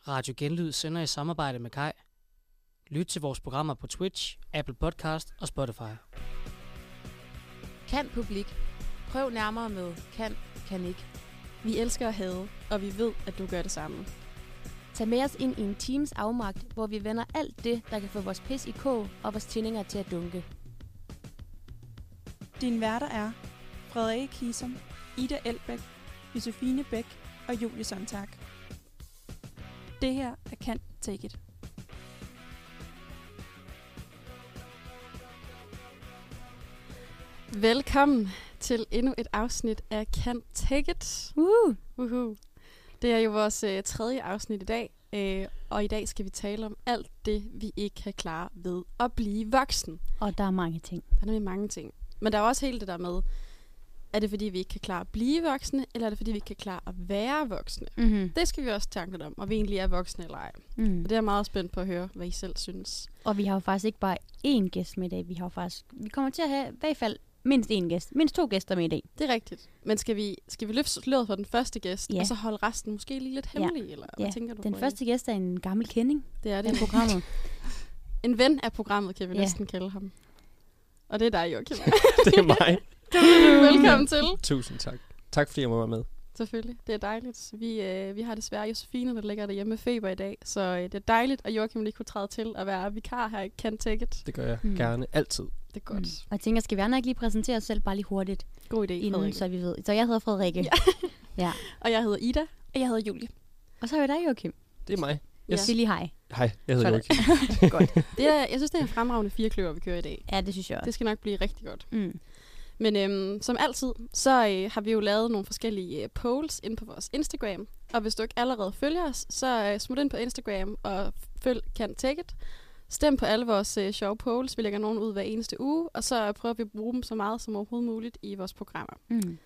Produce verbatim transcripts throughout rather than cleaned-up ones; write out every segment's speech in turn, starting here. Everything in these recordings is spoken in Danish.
Radio Genlyd sender i samarbejde med Kai. Lyt til vores programmer på Twitch, Apple Podcast og Spotify. Kan publik. Prøv nærmere med kan, kan ikke. Vi elsker at hade, og vi ved, at du gør det samme. Tag med os ind i en times afmagt, hvor vi vender alt det, der kan få vores pis i kog og vores tændinger til at dunke. Dine værter er Frederikke Kisum, Ida Elbæk, Josefine Bæk og Julie Sontag. Det her er Kan Take It. Velkommen til endnu et afsnit af Kan Take It. Uh. Uhuh. Det er jo vores øh, tredje afsnit i dag, øh, og i dag skal vi tale om alt det, vi ikke kan klare ved at blive voksen. Og der er mange ting. Der er nemlig mange ting. Men der er også helt det der med, er det fordi, vi ikke kan klare at blive voksne, eller er det fordi, vi ikke kan klare at være voksne? Mm-hmm. Det skal vi også tænke lidt om, om vi egentlig er voksne eller ej. Mm. Og det er jeg meget spændt på at høre, hvad I selv synes. Og vi har jo faktisk ikke bare én gæst med i dag. Vi har jo faktisk, vi kommer til at have i hvert fald mindst én gæst. Mindst to gæster med i dag. Det er rigtigt. Men skal vi, skal vi løfte sløret for den første gæst, Ja. og så holde resten måske lige lidt hemmelig? Eller Ja. hvad tænker du Den på, første gæst er en gammel kending det er af det. programmet. En ven af programmet, kan vi Ja. næsten kalde ham. Og det er dig, Joachim. Det er mig. Velkommen til. Tusind tak. Tak fordi jeg må være med. Selvfølgelig. Det er dejligt. Vi, øh, vi har desværre Josefine, der ligger derhjemme med feber i dag. Så øh, det er dejligt, at Joachim lige kunne træde til at være vikar her i Can Take It. Det gør jeg Mm. mm. gerne. Altid. Det er godt. Mm. Og jeg tænker, skal vi andre ikke lige præsentere os selv bare lige hurtigt, God idé, inden, Frederik. så vi ved. Så jeg hedder Frederikke. Ja. Ja. Og jeg hedder Ida. Og jeg hedder Julie. Og så er vi dig, Joachim. Det er mig. Jeg siger lige hej. Hej, jeg hedder Sådan. Joachim. Godt. Det er, jeg synes, det er en fremragende firekløver, vi kører i dag. Ja, det synes jeg også. Det skal nok blive rigtig godt. Mm. Men øhm, som altid, så øh, har vi jo lavet nogle forskellige øh, polls inde på vores Instagram. Og hvis du ikke allerede følger os, så øh, smut ind på Instagram og følg Can Take It. Stem på alle vores øh, sjove polls. Vi lægger nogen ud hver eneste uge, og så prøver vi at bruge dem så meget som overhovedet muligt i vores programmer. Mm.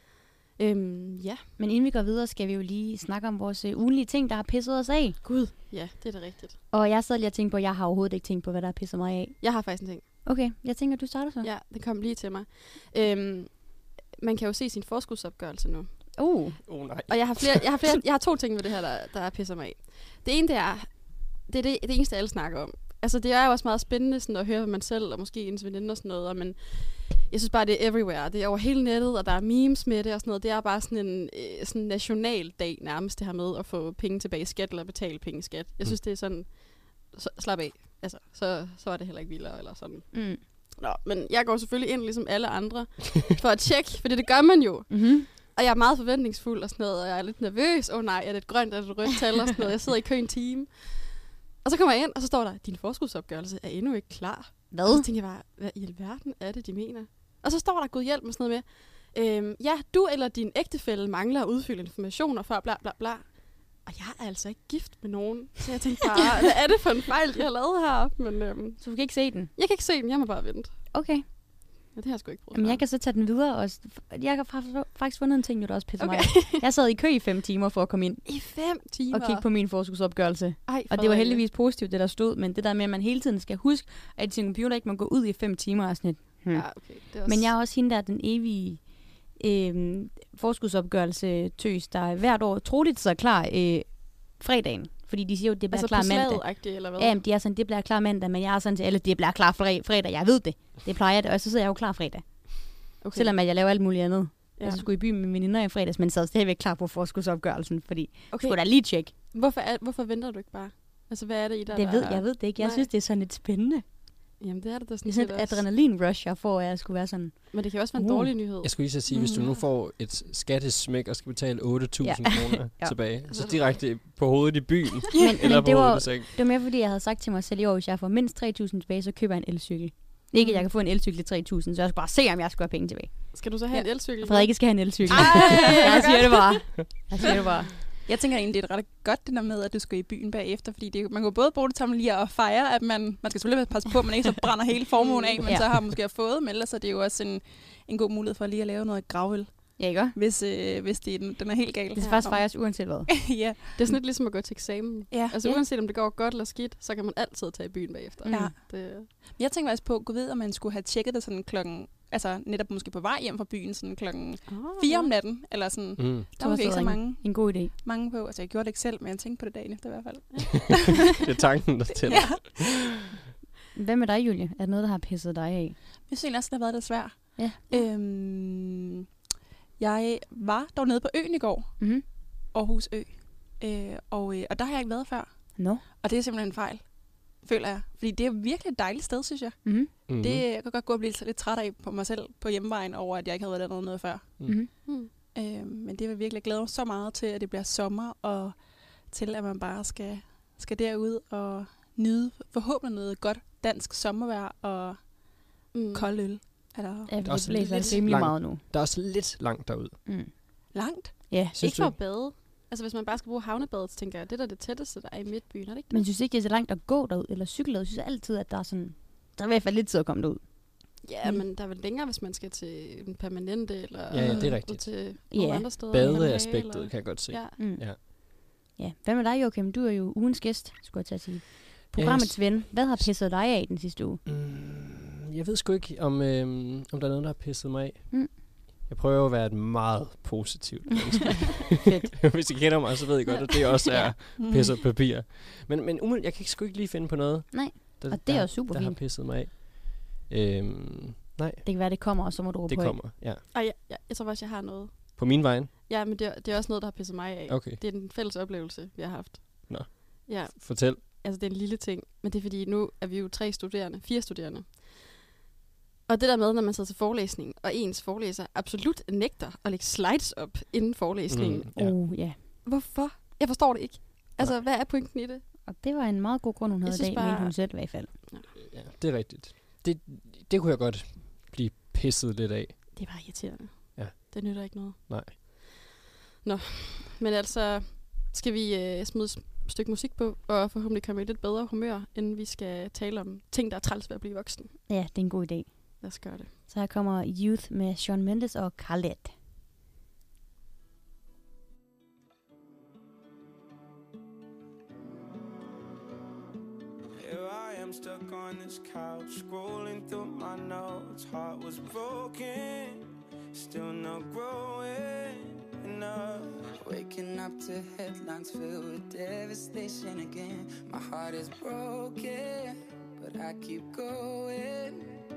Øhm, ja. Men inden vi går videre, skal vi jo lige snakke om vores uh, ugenlige ting, der har pisset os af. Gud. Ja, det er da rigtigt. Og jeg sad lige og tænkte på, at jeg har overhovedet ikke tænkt på, hvad der har pisset mig af. Jeg har faktisk en ting. Okay, jeg tænker, du starter så. Ja, den kom lige til mig. Øhm, man kan jo se sin forskudsopgørelse nu. Uh. Oh nej. Og jeg har, flere, jeg, har flere, jeg har to ting ved det her, der, der pisser mig af. Det ene, det er, det er det, det eneste, alle snakker om. Altså, det er jo også meget spændende sådan, at høre, hvad man selv, og måske ens veninde og sådan noget, men jeg synes bare, det er everywhere. Det er over hele nettet, og der er memes med det og sådan noget. Det er bare sådan en øh, sådan national dag nærmest, det her med at få penge tilbage i skat, eller betale penge i skat. Jeg synes, det er sådan, så, slap af. Altså, så, så er det heller ikke vildere, eller sådan. Mm. Nå, men jeg går selvfølgelig ind, ligesom alle andre, for at tjekke, for det gør man jo. Mm-hmm. Og jeg er meget forventningsfuld og sådan noget, og jeg er lidt nervøs. Åh oh, nej, er det et grønt, er det et rødt tal og sådan noget. Jeg sidder i kø en time. Og så kommer jeg ind, og så står der, din forskudsopgørelse er endnu ikke klar. Hvad? Og så tænker jeg bare, hvad i alverden er det, de mener? Og så står der Gud hjælp med sådan noget med, øhm, ja, du eller din ægtefælle mangler at udfylde informationer for bla bla bla. Og jeg er altså ikke gift med nogen. Så jeg tænkte bare, hvad er det for en fejl, de har lavet her? Men øhm, Så du kan ikke se den? jeg kan ikke se den, jeg må bare vente. Okay. Ja, det har jeg sgu ikke prøvet. Jamen, jeg kan så tage den videre. Og jeg har fa- faktisk fundet en ting, der også pisser Okay. mig af. Jeg sad i kø i fem timer for at komme ind I fem timer. og kigge på min forskudsopgørelse. Ej, Og det var heldigvis positivt, det der stod. Men det der med, at man hele tiden skal huske, at sin computer ikke må gå ud i fem timer og sådan lidt. Hmm. Ja, okay. Det er også... Men jeg er også hende der, den evige øh, forskudsopgørelse tøs, der hvert år troligt så er klar øh, fredagen. Fordi de siger jo, det bliver altså klar på mandag. slaget-agtigt, eller hvad? Ja, men de er sådan, det bliver klar mandag, men jeg er sådan til alle, det bliver klar fre- fredag. Jeg ved det. Det plejer jeg det, og så sidder jeg jo klar fredag. Okay. Selvom at jeg laver alt muligt andet. Ja. Ja. Jeg skulle i byen med mine veninder i fredags, men sad stadigvæk klar på forskudsopgørelsen, fordi Okay. skulle da lige tjekke. Hvorfor, er, hvorfor venter du ikke bare? Altså, hvad er det i dig, Det der ved, er... jeg ved det ikke. Jeg Nej. synes, det er sådan lidt spændende. Jamen, det er det da Det sådan er sådan set et også. adrenalin-rush, jeg får, at jeg skulle være sådan. Men det kan også være en Uh. dårlig nyhed. Jeg skulle lige så sige, hvis du nu får et skattesmæk og skal betale otte tusind kroner Ja. tilbage, så direkte på hovedet i byen, Men, eller men på det, var, hovedet i seng. det var mere, fordi jeg havde sagt til mig selv i år, hvis jeg får mindst tre tusind tilbage, så køber jeg en elcykel. Ikke, at jeg kan få en elcykel til tre tusind, så jeg skal bare se, om jeg skal have penge tilbage. Skal du så have Ja. en elcykel? Frederik skal have en elcykel. Ej, Jeg siger det bare. Jeg siger det bare. Jeg tænker egentlig, det er ret godt det der med, at du skal i byen bagefter, fordi det, man kan både bruge det til lige at fejre, at man, man skal selvfølgelig passe på, at man ikke så brænder hele formuen af, men Ja. så har man måske fået, men ellers er det jo også en, en god mulighed for lige at lave noget gravøl, Ja, ikke? hvis, øh, hvis det, den, den er helt gal. Det skal faktisk fejres uanset hvad. Ja. Det er sådan lidt ligesom at gå til eksamen. Ja. Altså, Ja. uanset om det går godt eller skidt, så kan man altid tage i byen bagefter. Ja. Det, Jeg tænker faktisk på, gå ved, om man skulle have tjekket det sådan klokken altså netop måske på vej hjem fra byen, sådan klokken Oh, fire om natten, eller sådan. Mm. Der var ikke så mange, En god idé. mange på. Altså, jeg gjorde det ikke selv, men jeg tænkte på det dagen efter i hvert fald. Det er tanken, der tæller. Ja. Hvad med dig, Julie? Er der noget, der har pisset dig af? Jeg synes også, det har været lidt svært. Ja. Øhm, jeg var dog nede på øen i går, Mm-hmm. Aarhus Ø, øh, og, øh, og der har jeg ikke været før. Nå. Og det er simpelthen en fejl, føler jeg. Fordi det er virkelig et dejligt sted, synes jeg. Mm-hmm. Mm-hmm. Det, jeg kan godt gå og blive lidt træt af på mig selv på hjemmevejen over, at jeg ikke havde været dernede noget før. Mm-hmm. Mm. Øh, men det vil virkelig glæde mig så meget til, at det bliver sommer, og til, at man bare skal, skal derud og nyde forhåbentlig noget godt dansk sommervejr og Mm. kold øl. Er der Ja, er det også blæser lidt altså rimelig langt. meget nu. Der er også lidt langt derud. Mm. langt? Ja. Synes Ikke du for at bade. Altså, hvis man bare skal bruge havnebadet, så tænker jeg, det er da det tætteste, der er i midtbyen, er det ikke det? Men synes ikke, det er så langt at gå derud, eller cykle derud? Jeg synes altid, at der er sådan... Der er i hvert fald lidt tid at komme derud. Ja, Mm. men der er vel længere, hvis man skal til en permanente, eller Ja, ja, det er ud rigtigt. til Ja. nogle andre steder. Badeaspektet eller- kan jeg godt se. Ja. Mm. Ja. Ja. Hvad med dig, Joachim? Du er jo ugens gæst, skulle jeg til at sige. Programmets ven. Hvad har pisset dig af den sidste uge? Mm, jeg ved sgu ikke, om, øhm, om der er noget, der har pisset mig af. Mm. Jeg prøver at være et meget positivt menneske. Fedt. Hvis I kender mig, så ved I godt, at det også er Mm. pis og papir. Men, men umiddelbart, jeg kan sgu ikke lige finde på noget, Nej, der, og det er der, også super der har fint. pisset mig af. Øhm, nej, Det kan være, det kommer, og så må du råbe det på. kommer. Ja. Og jeg, jeg, jeg tror faktisk, jeg har noget. På min vej. Ja, men det, er- det er også noget, der har pisset mig af. Okay, Det er en fælles oplevelse, vi har haft. Nå. Ja, fortæl. altså det er en lille ting. Men det er fordi, nu er vi jo tre studerende, fire studerende. Og det der med, når man sidder til forelæsning, og ens forelæser absolut nægter at lægge slides op inden forelæsningen. Mm, Mm. ja. Oh, ja. Hvorfor? Jeg forstår det ikke. Altså, hvad er pointen i det? Og det var en meget god grund, hun Jeg havde i synes dag, bare- mente hun selv i hvert fald. Ja, det er rigtigt. Det, det kunne jeg godt blive pisset lidt af. Det er bare irriterende. Ja. Det nytter ikke noget. Nej. Nå, men altså, skal vi øh, smide et stykke musik på, og forhåbentlig komme i lidt bedre humør, inden vi skal tale om ting, der er træls ved at blive voksen. Ja, det er en god idé. Lad os gøre det. Så her kommer Youth med Shawn Mendes og Khaled. Here I am stuck on this couch, scrolling through my notes. Heart was broken, still not growing enough. Waking up to headlines filled with devastation again. My heart is broken, but I keep going.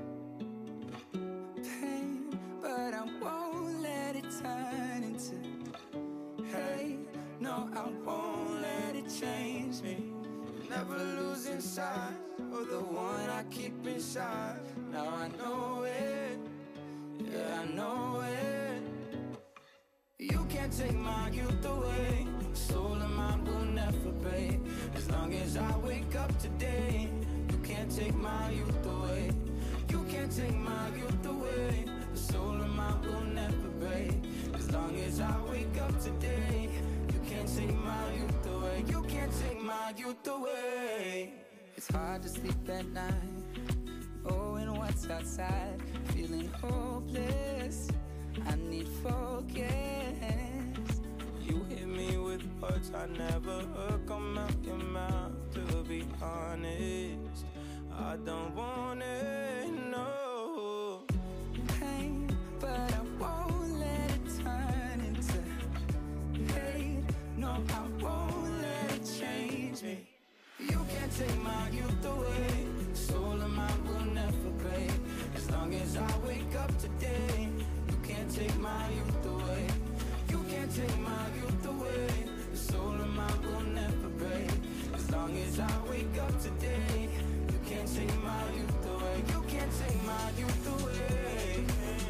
Pain, but I won't let it turn into hate. No, I won't let it change me. Never losing sight of the one I keep inside. Now I know it, yeah, I know it. You can't take my youth away. Soul and mind will never break. As long as I wake up today. You can't take my youth away. You can't take my youth away. The soul and mind will never break. As long as I wake up today. You can't take my youth away. You can't take my youth away. It's hard to sleep at night, knowing what's outside, feeling hopeless. I need focus. You hit me with words I never heard come out your mouth. To be honest, I don't want it, no. Pain, but I won't let it turn into hate. No, I won't let it change me. You can't take my youth away. Soul and mind will never break. As long as I wake up today. You can't take my youth away. You can't take my youth away. The soul and mind will never break. As long as I wake up today. You can't take my youth away. You can't take my youth away.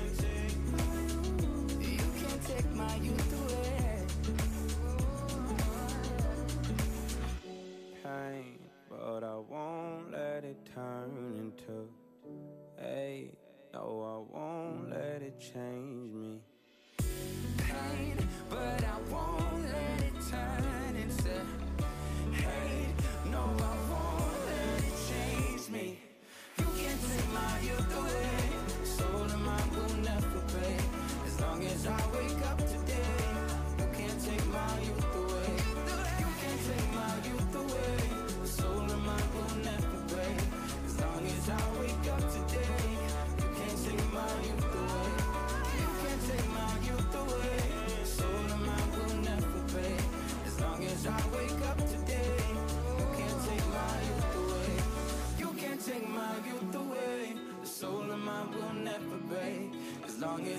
You can't take my youth away. Pain, but I won't let it turn into hate. No, I won't let it change me. Pain, but I won't let it turn into hate. No, I won't let it change me. You can't take my youth away. Soul and mind will never break. As long as I wake up today. You can't take my youth away. You can't take my youth away. The soul and mind will never break. As long as I wake up today. You can't take my youth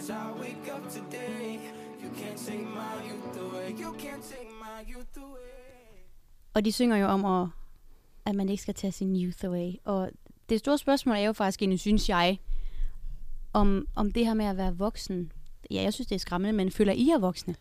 as I wake up today. You can't take my youth away. You can't take my youth away. Og de synger jo om, at, at man ikke skal tage sin youth away. Og det store spørgsmål er jo faktisk, egentlig, synes jeg, om, om det her med at være voksen. Ja, jeg synes, det er skræmmende, men føler I jer voksne?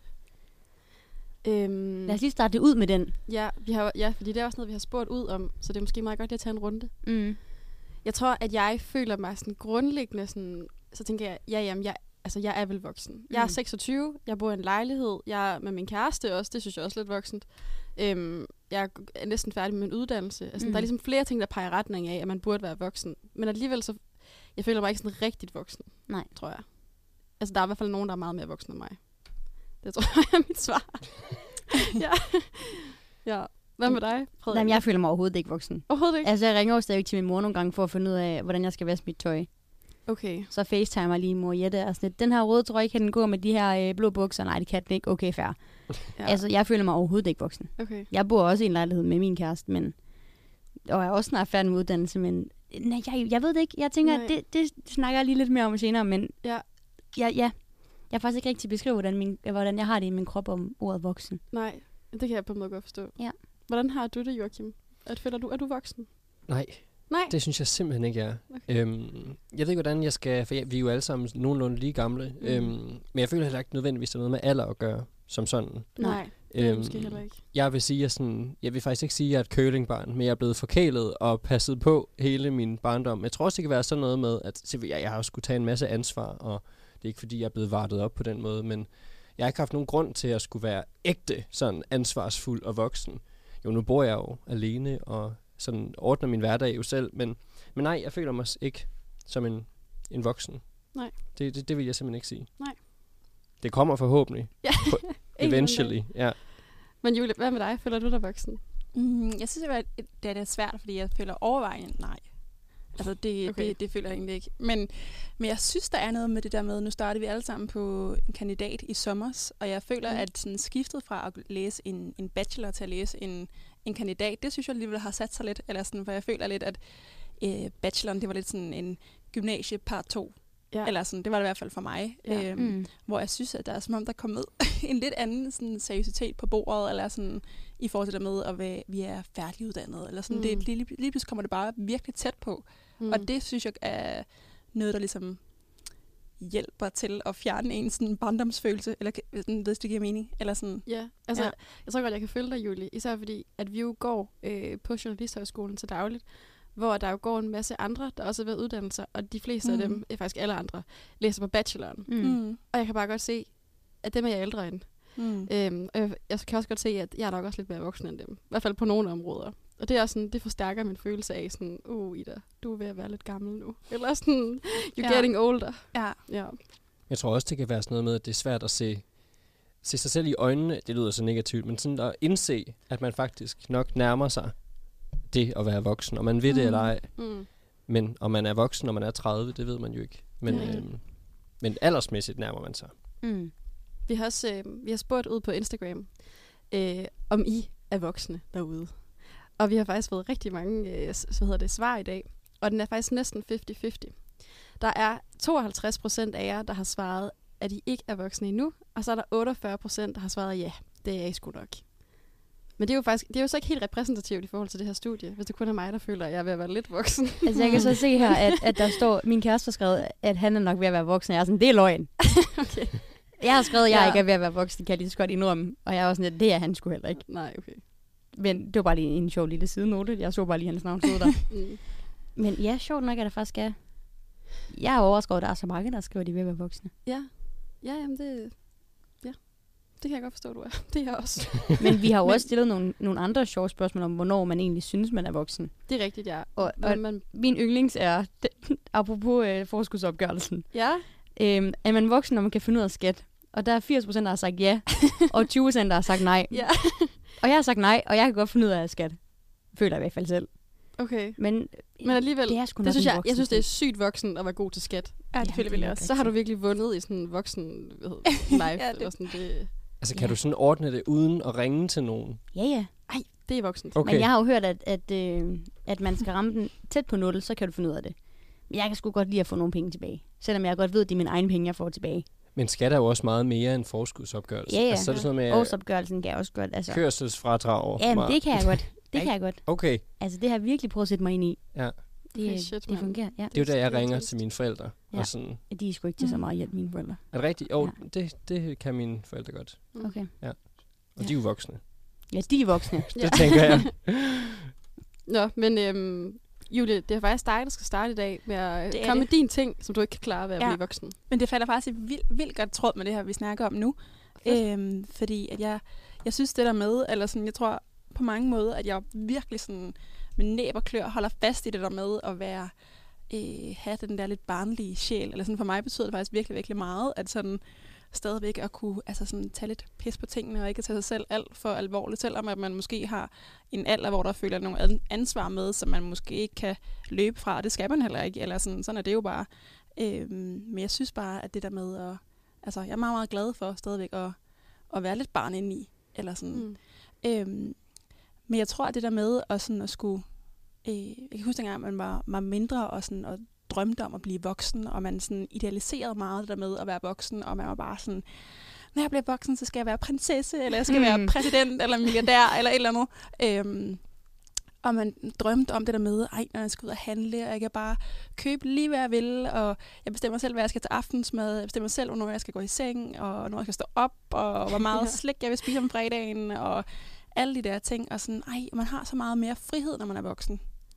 Øhm, Lad os lige starte det ud med den. ja, vi har, ja, fordi det er også noget, vi har spurgt ud om, så det er måske meget godt lige at tage en runde. Mm. Jeg tror, at jeg føler mig sådan grundlæggende sådan, så tænker jeg, ja, jamen, jeg, altså, jeg er vel voksen. Jeg er Mm. seksogtyve, jeg bor i en lejlighed, jeg er med min kæreste også, det synes jeg også er lidt voksent. Øhm, jeg er næsten færdig med min uddannelse. Altså, Mm. der er ligesom flere ting, der peger i retning af, at man burde være voksen. Men alligevel så, jeg føler mig ikke sådan rigtigt voksen, Nej. tror jeg. Altså, der er i hvert fald nogen, der er meget mere voksen end mig. Det tror jeg er mit svar. ja. ja. Hvad med dig, Frederik? Jamen, jeg føler mig overhovedet ikke voksen. Overhovedet ikke? Altså, jeg ringer jo stadig til min mor nogle gange for at finde ud af, hvordan jeg skal vaske mit tøj. Okay. Så facetimer lige mor Jette og sådan lidt. Den her røde trøje, kan den gå med de her øh, blå bukser? Nej, det kan den ikke. Okay, fair. Ja. Altså, jeg føler mig overhovedet ikke voksen. Okay. Jeg bor også i en lejlighed med min kæreste, men... Og jeg er også snart færdig med uddannelse, men... Nej, jeg, jeg ved det ikke. Jeg tænker, Nej. at det, det snakker jeg lige lidt mere om senere, men... Ja. Ja, ja. Jeg har faktisk ikke rigtig beskrevet, hvordan, min, hvordan jeg har det i min krop om ordet voksen. Nej, det kan jeg på en måde godt forstå. Ja. Hvordan har du det, Joachim? At føler du, er du voksen? Nej, Nej. det synes jeg simpelthen ikke er. Okay. Øhm, jeg ved ikke, hvordan jeg skal... For ja, vi er jo alle sammen nogenlunde lige gamle. Mm. Øhm, men jeg føler heller ikke nødvendigvis, at der er noget med alder at gøre, som sådan. Nej, det er måske heller ikke. Jeg vil sige, at sådan, jeg vil faktisk ikke sige, at jeg er et curlingbarn, men jeg er blevet forkælet og passet på hele min barndom. Jeg tror også, det kan være sådan noget med, at se, jeg, jeg har jo skulle tage en masse ansvar, og det er ikke fordi, jeg er blevet vartet op på den måde, men jeg har ikke haft nogen grund til at skulle være ægte sådan ansvarsfuld og voksen. Jo, nu bor jeg jo alene og sådan ordner min hverdag jo selv, men, men nej, jeg føler mig ikke som en, en voksen. Nej. Det, det, det vil jeg simpelthen ikke sige. Nej. Det kommer forhåbentlig. Ja. Eventually, ja. Men Julie, hvad med dig? Føler du dig voksen? Mm, jeg synes, det er, det er svært, fordi jeg føler overvejende nej. Altså, det, Okay. det, det føler jeg egentlig ikke. Men, men jeg synes, der er noget med det der med, nu starter vi alle sammen på en kandidat i sommers, og jeg føler, Mm. mm. at sådan skiftet fra at læse en, en bachelor til at læse en, en kandidat, det synes jeg alligevel har sat sig lidt, eller sådan, for jeg føler lidt, at øh, bacheloren, det var lidt sådan en gymnasie part to. Ja. Eller sådan, det var det i hvert fald for mig. Ja. Øhm, Mm. Hvor jeg synes, at der er som om, der er kommet en lidt anden sådan, seriøsitet på bordet, eller sådan i forhold til det med, at vi- vi er færdiguddannet. Eller sådan. Mm. Mm. Det, lige, lige pludselig kommer det bare virkelig tæt på. Mm. Mm. Og det synes jeg er noget, der ligesom hjælper til at fjerne en sådan barndomsfølelse, eller kan- sådan, hvis det giver mening. Eller sådan. Ja, altså, ja. Ja. jeg tror godt, jeg kan følge dig, Julie. Især fordi, at vi jo går øh, på Journalisthøjskolen til dagligt, hvor der jo går en masse andre, der også er ved uddannelser, og de fleste mm. af Mm. dem, eh, faktisk alle andre, læser på bacheloren. Mm. Mm. Og jeg kan bare godt se, at dem er jeg ældre end. Mm. Øhm, og jeg, jeg kan også godt se, at jeg er nok også lidt mere voksen end dem. I hvert fald på nogle områder. Og det er også sådan, det forstærker min følelse af sådan, uh Ida, du er ved at være lidt gammel nu. Eller sådan, you're Ja. getting older. Ja. Ja. Jeg tror også, det kan være sådan noget med, at det er svært at se, se sig selv i øjnene. Det lyder så negativt, men sådan at indse, at man faktisk nok nærmer sig det at være voksen. Og man ved det Mm. eller ej. Mm. Men om man er voksen, når man er tredive, det ved man jo ikke. Men, Nej. øhm, men aldersmæssigt nærmer man sig. Mm. Vi har også øh, vi har spurgt ud på Instagram, øh, om I er voksne derude. Og vi har faktisk fået rigtig mange øh, s- hvad hedder det, svar i dag. Og den er faktisk næsten halvtreds halvtreds. Der er tooghalvtreds procent af jer, der har svaret, at I ikke er voksne endnu. Og så er der otteogfyrre procent, der har svaret, ja, det er I sgu nok. Men det er jo faktisk, det er jo så ikke helt repræsentativt i forhold til det her studie, hvis det kun er mig, der føler, at jeg er ved at være lidt voksen. Altså, jeg kan så se her, at, at der står, min kæreste har skrevet, at han er nok ved at være voksen. Jeg er sådan, det er løgn. Okay. Jeg har skrevet, at jeg Ja. ikke er ved at være voksen, det kan jeg lige så godt indrømme. Og jeg er også sådan, at det er han sgu heller ikke. Nej, okay. Men det var bare lige en sjov lille sidenote. Jeg så bare lige hans navn stod der. Mm. Men ja, sjovt nok, at der faktisk er... Jeg er overrasket over, at der er så mange, der skriver, at de er ved at være voksne. Ja. Ja, jamen det... Ja. Det kan jeg godt forstå, du er. Det er jeg også. Men vi har jo Men- også stillet nogle, nogle andre sjove spørgsmål om, hvornår man egentlig synes, man er voksen. Det er rigtigt, ja. Og, Men og man, min yndlings er, apropos øh, forskudsopgørelsen, ja, øhm, er man voksen, når man kan finde ud af skat? Og der er firs procent, der har sagt ja, og tyve procent, der har sagt nej. ja. Og jeg har sagt nej, og jeg kan godt finde ud af skat. Føler jeg i hvert fald selv. Okay. Men, Men alligevel, det er sgu det nok synes en jeg, jeg synes, det er voksen sygt voksen at være god til skat. Ja, det Ja, føler det vi er også. Så har du virkelig vundet i sådan en voksen hvad hedder det, life. Ja, ja, det- eller sådan, det, Altså, kan Ja. du sådan ordne det uden at ringe til nogen? Ja, ja. det er voksent. Okay. Men jeg har jo hørt, at, at, øh, at man skal ramme den tæt på nul, så kan du finde ud af det. jeg kan sgu godt lide at få nogle penge tilbage. Selvom jeg godt ved, at det er mine egne penge, jeg får tilbage. Men skat er jo også meget mere end forskudsopgørelse. Ja, ja. Altså, så er det sådan noget med Årsopgørelsen kan jeg også godt. Altså. kørselsfradrag. Ja, men meget. det kan jeg godt. Det kan jeg godt. Okay. Altså, det har jeg virkelig prøvet at sætte mig ind i. Ja. Det, Okay, shit, det mand. fungerer, ja. Det er jo der, jeg Det er ringer trist. til mine forældre. Ja. Og sådan, De er sgu ikke til så meget hjælp, mine forældre. er det rigtigt? Jo, Ja. det, det kan mine forældre godt. Okay. Og Ja. de er jo voksne. Ja, de er voksne. Det tænker jeg. Nå, men øhm, Julie, det er faktisk dig, der skal starte i dag med at Det er komme med det. dine ting, som du ikke kan klare ved at Ja. blive voksen. Men det falder faktisk i vildt, vildt godt tråd med det her, vi snakker om nu. Øhm, fordi at jeg, jeg synes det der med, eller sådan, jeg tror på mange måder, at jeg virkelig sådan med næb og klør holder fast i det der med at være, øh, have den der lidt barnlige sjæl. Eller sådan for mig betyder det faktisk virkelig, virkelig meget, at sådan stadigvæk at kunne altså sådan, tage lidt pis på tingene, og ikke at tage sig selv alt for alvorligt, selvom at man måske har en alder, hvor der føler nogle ad- ansvar med, som man måske ikke kan løbe fra. Det skal man heller ikke, eller sådan, sådan er det jo bare. Øhm, men jeg synes bare, at det der med at, altså jeg er meget, meget glad for stadigvæk at, at være lidt barn indeni, eller sådan. Mm. Øhm, men jeg tror, at det der med at, sådan at skulle, øh, jeg kan huske dengang, man var, var mindre og, sådan, og drømte om at blive voksen, og man sådan idealiserede meget det der med at være voksen, og man var bare sådan, når jeg bliver voksen, så skal jeg være prinsesse, eller jeg skal Mm. være præsident, eller milliardær, eller et eller andet. Øhm, og man drømte om det der med, ej, når jeg skal ud og handle, og jeg kan bare købe lige, hvad jeg vil, og jeg bestemmer selv, hvad jeg skal til aftensmad, jeg bestemmer selv, hvornår jeg skal gå i seng, og hvornår jeg skal stå op, og hvor meget slik jeg vil spise om fredagen, og alle de der ting, og sådan, ej, man har så meget mere frihed, når man er voksen.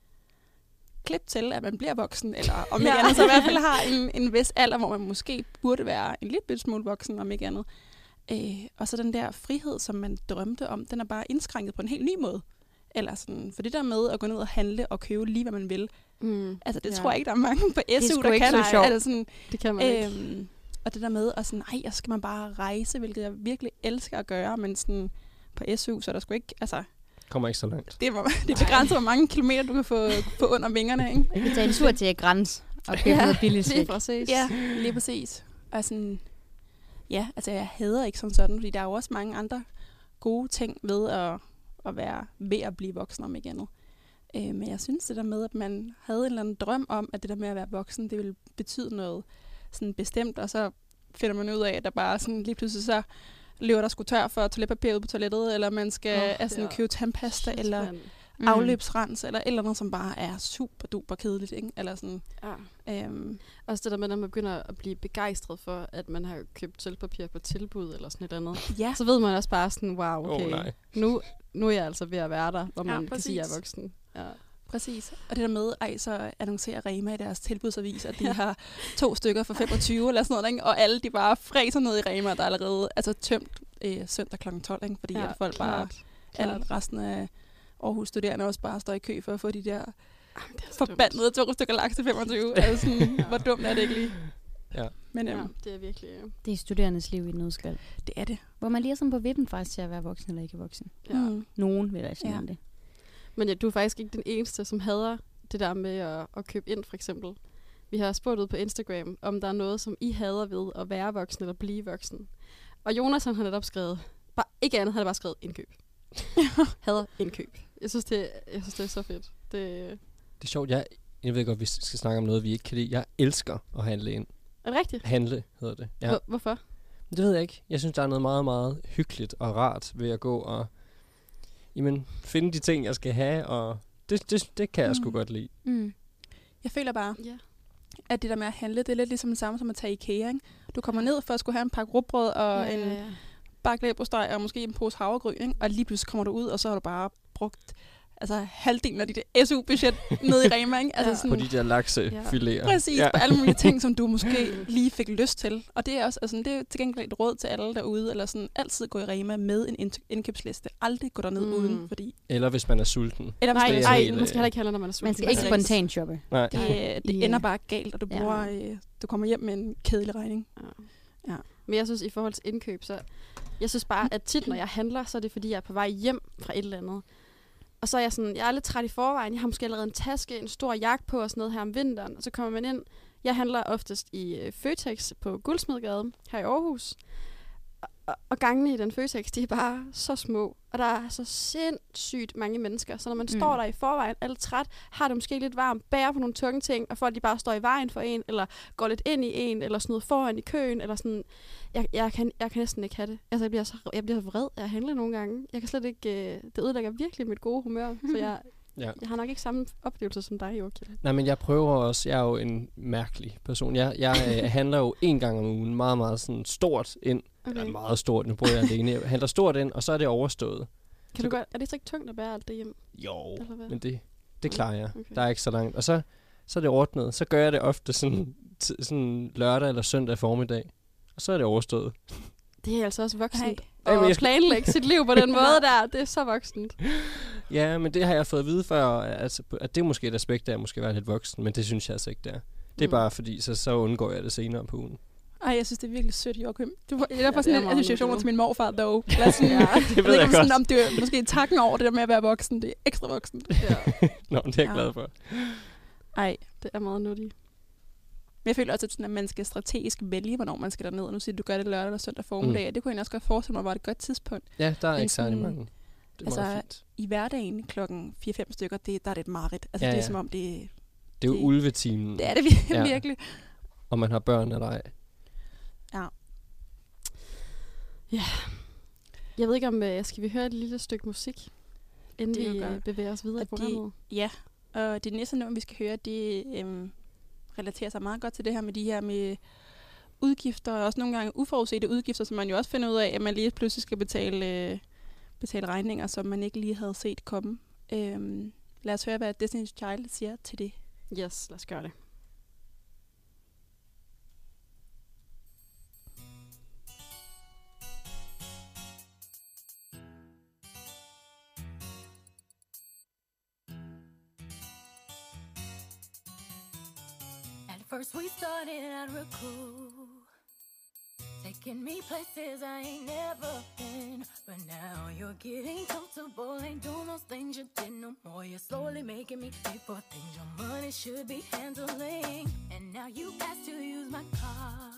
Klip til, at man bliver voksen, eller om ikke Ja. andet, så i hvert fald har en, en vis alder, hvor man måske burde være en lille smule voksen, om ikke andet. Øh, og så den der frihed, som man drømte om, den er bare indskrænket på en helt ny måde. Eller sådan, for det der med at gå ned og handle og købe lige, hvad man vil, Mm. altså det Ja. ja. tror jeg ikke, der er mange på er S U, sgu der ikke kan. så Nej, sjovt. altså sådan, Det kan man ikke. øhm, og det der med, at sådan, ej, så skal man bare rejse, hvilket jeg virkelig elsker at gøre, men sådan, på S U, så er der sgu ikke, altså, Kommer ikke så langt. det er, det er begrænset, hvor mange kilometer du kan få, få under vingerne, ikke? Vi tager en tur til Grans og køber Ja, noget billigt Lige slik. præcis. Ja, lige præcis. Og sådan, ja, altså jeg hader ikke som sådan, fordi der er jo også mange andre gode ting ved at, at være ved at blive voksen, om ikke andet. Øh, men jeg synes det der med, at man havde en eller anden drøm om, at det der med at være voksen, det ville betyde noget sådan bestemt, og så finder man ud af, at der bare sådan lige pludselig så løber der sgu tør for toiletpapir ude på toilettet, eller man skal Åh, oh, altså, ja. købe tandpasta, Shit, eller mand. Mm. afløbsrens, eller et eller andet, som bare er super duper kedeligt, ikke? Eller sådan, Ja. øhm, Også det der med, når man begynder at blive begejstret for, at man har købt sølvpapir på tilbud, eller sådan et andet. ja, Så ved man også bare sådan, wow, Åh, okay, nej. nu, nu er jeg altså ved at være der, hvor Ja, man kan sige, at jeg er præcis. voksen. Ja. præcis. Og det der med, ej, så annoncerer Rema i deres tilbudsavis, at de har to stykker for femogtyve eller sådan noget, ikke? Og alle de bare fræser ned i Rema, der er allerede altså, tømt øh, søndag klokken tolv, ikke? Fordi ja, at folk bare, klart. alle resten af Aarhus studerende også bare står i kø for at få de der Jamen, det er så dumt. forbandede to stykker laks til femogtyve. Altså sådan, hvor dumt er det ikke lige? Ja. Men øhm, Ja, det er virkelig... øh, Det er studerendes liv i et nødskal. det er det. Hvor man lige er sådan på vippen faktisk til at være voksen eller ikke voksen. Ja. Mm. Nogen vil jeg sige Ja. om det. Men ja, du er faktisk ikke den eneste, som hader det der med at, at købe ind, for eksempel. Vi har spurgt ud på Instagram, om der er noget, som I hader ved at være voksen eller blive voksen. Og Jonas han har netop skrevet, bare, ikke andet, han har bare skrevet indkøb. Hader indkøb. Jeg synes, det, jeg synes, det er så fedt. Det, Det er sjovt. Jeg, jeg ved godt, vi skal snakke om noget, vi ikke kan lide. Jeg elsker at handle ind. er det rigtigt? Handle hedder det. Ja. Hvor, hvorfor? Det ved jeg ikke. Jeg synes, der er noget meget, meget hyggeligt og rart ved at gå og jamen, finde de ting, jeg skal have. Og det, det, det kan jeg Mm. sgu godt lide. Mm. Jeg føler bare, Ja. at det der med at handle, det er lidt ligesom det samme som at tage IKEA, ikke? Du kommer ned for at skulle have en pakke rugbrød og ja, en ja, ja. bakke leverpostej og måske en pose havregryn, ikke? Og lige pludselig kommer du ud, og så har du bare brugt altså halvdelen af dit S U-budget ned i Rema, ikke? Altså Ja. sådan, På de der laksefiléer. præcis, ja. På alle mulige ting, som du måske lige fik lyst til. Og det er også, altså, det er til gengæld et råd til alle derude, eller sådan, altid gå i Rema med en ind- indkøbsliste. Aldrig gå derned Mm. mm. uden, fordi... Eller hvis man er sulten. Eller hvis Nej, det, er nej, helt, man skal øh, heller ikke handle, når man er sulten. Man skal ikke Altså, spontant shoppe. Nej. det, Nej, det i, ender øh, bare galt, og du, ja. bruger, øh, du kommer hjem med en kedelig regning. Men jeg synes, i forhold til indkøb, så... Jeg synes bare, at tit, når jeg handler, så er det, fordi jeg er på vej hjem fra et eller andet. Og så er jeg sådan, jeg er lidt træt i forvejen. Jeg har måske allerede en taske, en stor jakke på og sådan noget her om vinteren. Og så kommer man ind. Jeg handler oftest i øh, Føtex på Guldsmedegade her i Aarhus. Og, og gangene i den Føtex, de er bare så små. Og der er så sindssygt mange mennesker. Så når man Mm. står der i forvejen, er lidt træt, har det måske lidt varmt, bærer på nogle tunge ting, og folk de bare står i vejen for en, eller går lidt ind i en, eller sådan noget foran i køen, eller sådan. Jeg, jeg, kan, jeg kan næsten ikke have det. Altså, jeg bliver så, jeg bliver så vred af at handle nogle gange. Jeg kan slet ikke... Øh, det ødelægger virkelig mit gode humør. Så jeg, Ja. jeg har nok ikke samme oplevelse som dig, Joachim. Nej, men jeg prøver også. Jeg er jo en mærkelig person. Jeg, jeg øh, handler jo en gang om ugen meget, meget sådan stort ind. Okay. Eller meget stort, nu bor jeg alene. Jeg handler stort ind, og så er det overstået. Kan du godt, er det så ikke tungt at bære alt det hjem? Jo, Eller hvad? men det, det klarer jeg. Okay. Der er ikke så langt. Og så, så er det ordnet. Så gør jeg det ofte sådan, t- sådan lørdag eller søndag formiddag. Og så er det overstået. Det er altså også voksent. Ej. Ej, men At jeg- planlægge sit liv på den måde der, det er så voksent. Ja, men det har jeg fået at vide før, altså, at det er måske et aspekt af at måske være lidt voksen, men det synes jeg altså ikke, det er. Det er Mm. bare fordi, så, så undgår jeg det senere på ugen. Ej, jeg synes, det er virkelig sødt, Joachim. Du får, jeg Ja, får det sådan er en meget association nuttede. til min morfar, dog. Lad os sådan, ja, det ved jeg ikke, om sådan, godt. om det er måske takken over det der med at være voksen. Det er ekstra voksen. Ja, Nå, men det er jeg Ja. glad for. Ej, det er meget nuttigt. men jeg føler også, at, sådan, at man skal strategisk vælge, hvornår man skal derned. Og nu siger du, du gør det lørdag eller søndag formiddag. Mm. Det kunne jeg også godt forestille mig var et godt tidspunkt. Ja, der er Men ikke særlig sådan- mange. Det er altså, meget fint. I hverdagen klokken fire fem stykker, det, der er det et mareridt. Altså, Ja, det er ja. som om, det, Det er jo det- ulvetimen, det er det vir- Ja. virkelig. og man har børn eller ej. Jeg ved ikke, om øh, skal vi høre et lille stykke musik, inden Det er vi jo øh, godt. bevæger os videre i Og det- programmet? Ja, og det næste nummer, vi skal høre, det øhm, relaterer sig meget godt til det her med de her med udgifter, og også nogle gange uforudsete udgifter, som man jo også finder ud af, at man lige pludselig skal betale, øh, betale regninger, som man ikke lige havde set komme. Øhm, lad os høre, hvad Destiny's Child siger til det. Yes, lad os gøre det. At first we started out real cool, taking me places I ain't never been. But now you're getting comfortable, ain't doing those things you did no more. You're slowly making me pay for things your money should be handling. And now you ask to use my car,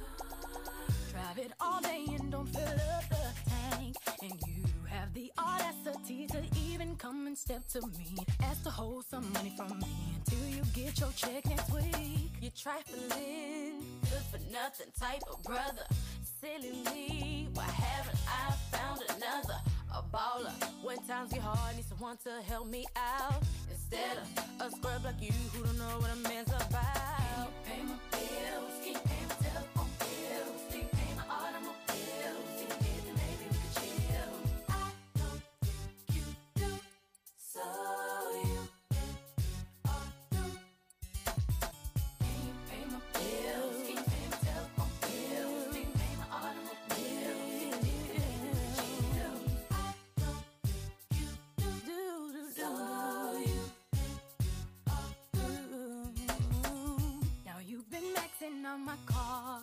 drive it all day and don't fill up the tank. And you have the audacity to even come and step to me, ask to hold some money from me until you get your check next week. You're trifling, good for nothing type of brother. Silly me, why haven't I found another? A baller, when times get hard, need someone to help me out. Instead of a scrub like you who don't know what a man's about. Can you pay my bills? Can you pay my telephone bills? Can you pay my automobiles? Can you get the maybe we could chill? I don't think you do, so you are through. Can you pay my bills? Can you pay my telephone bills? Can you pay my automobiles? Can you get the maybe we could chill? I don't think you do, do, do, so you are through. Now you've been maxing on my car,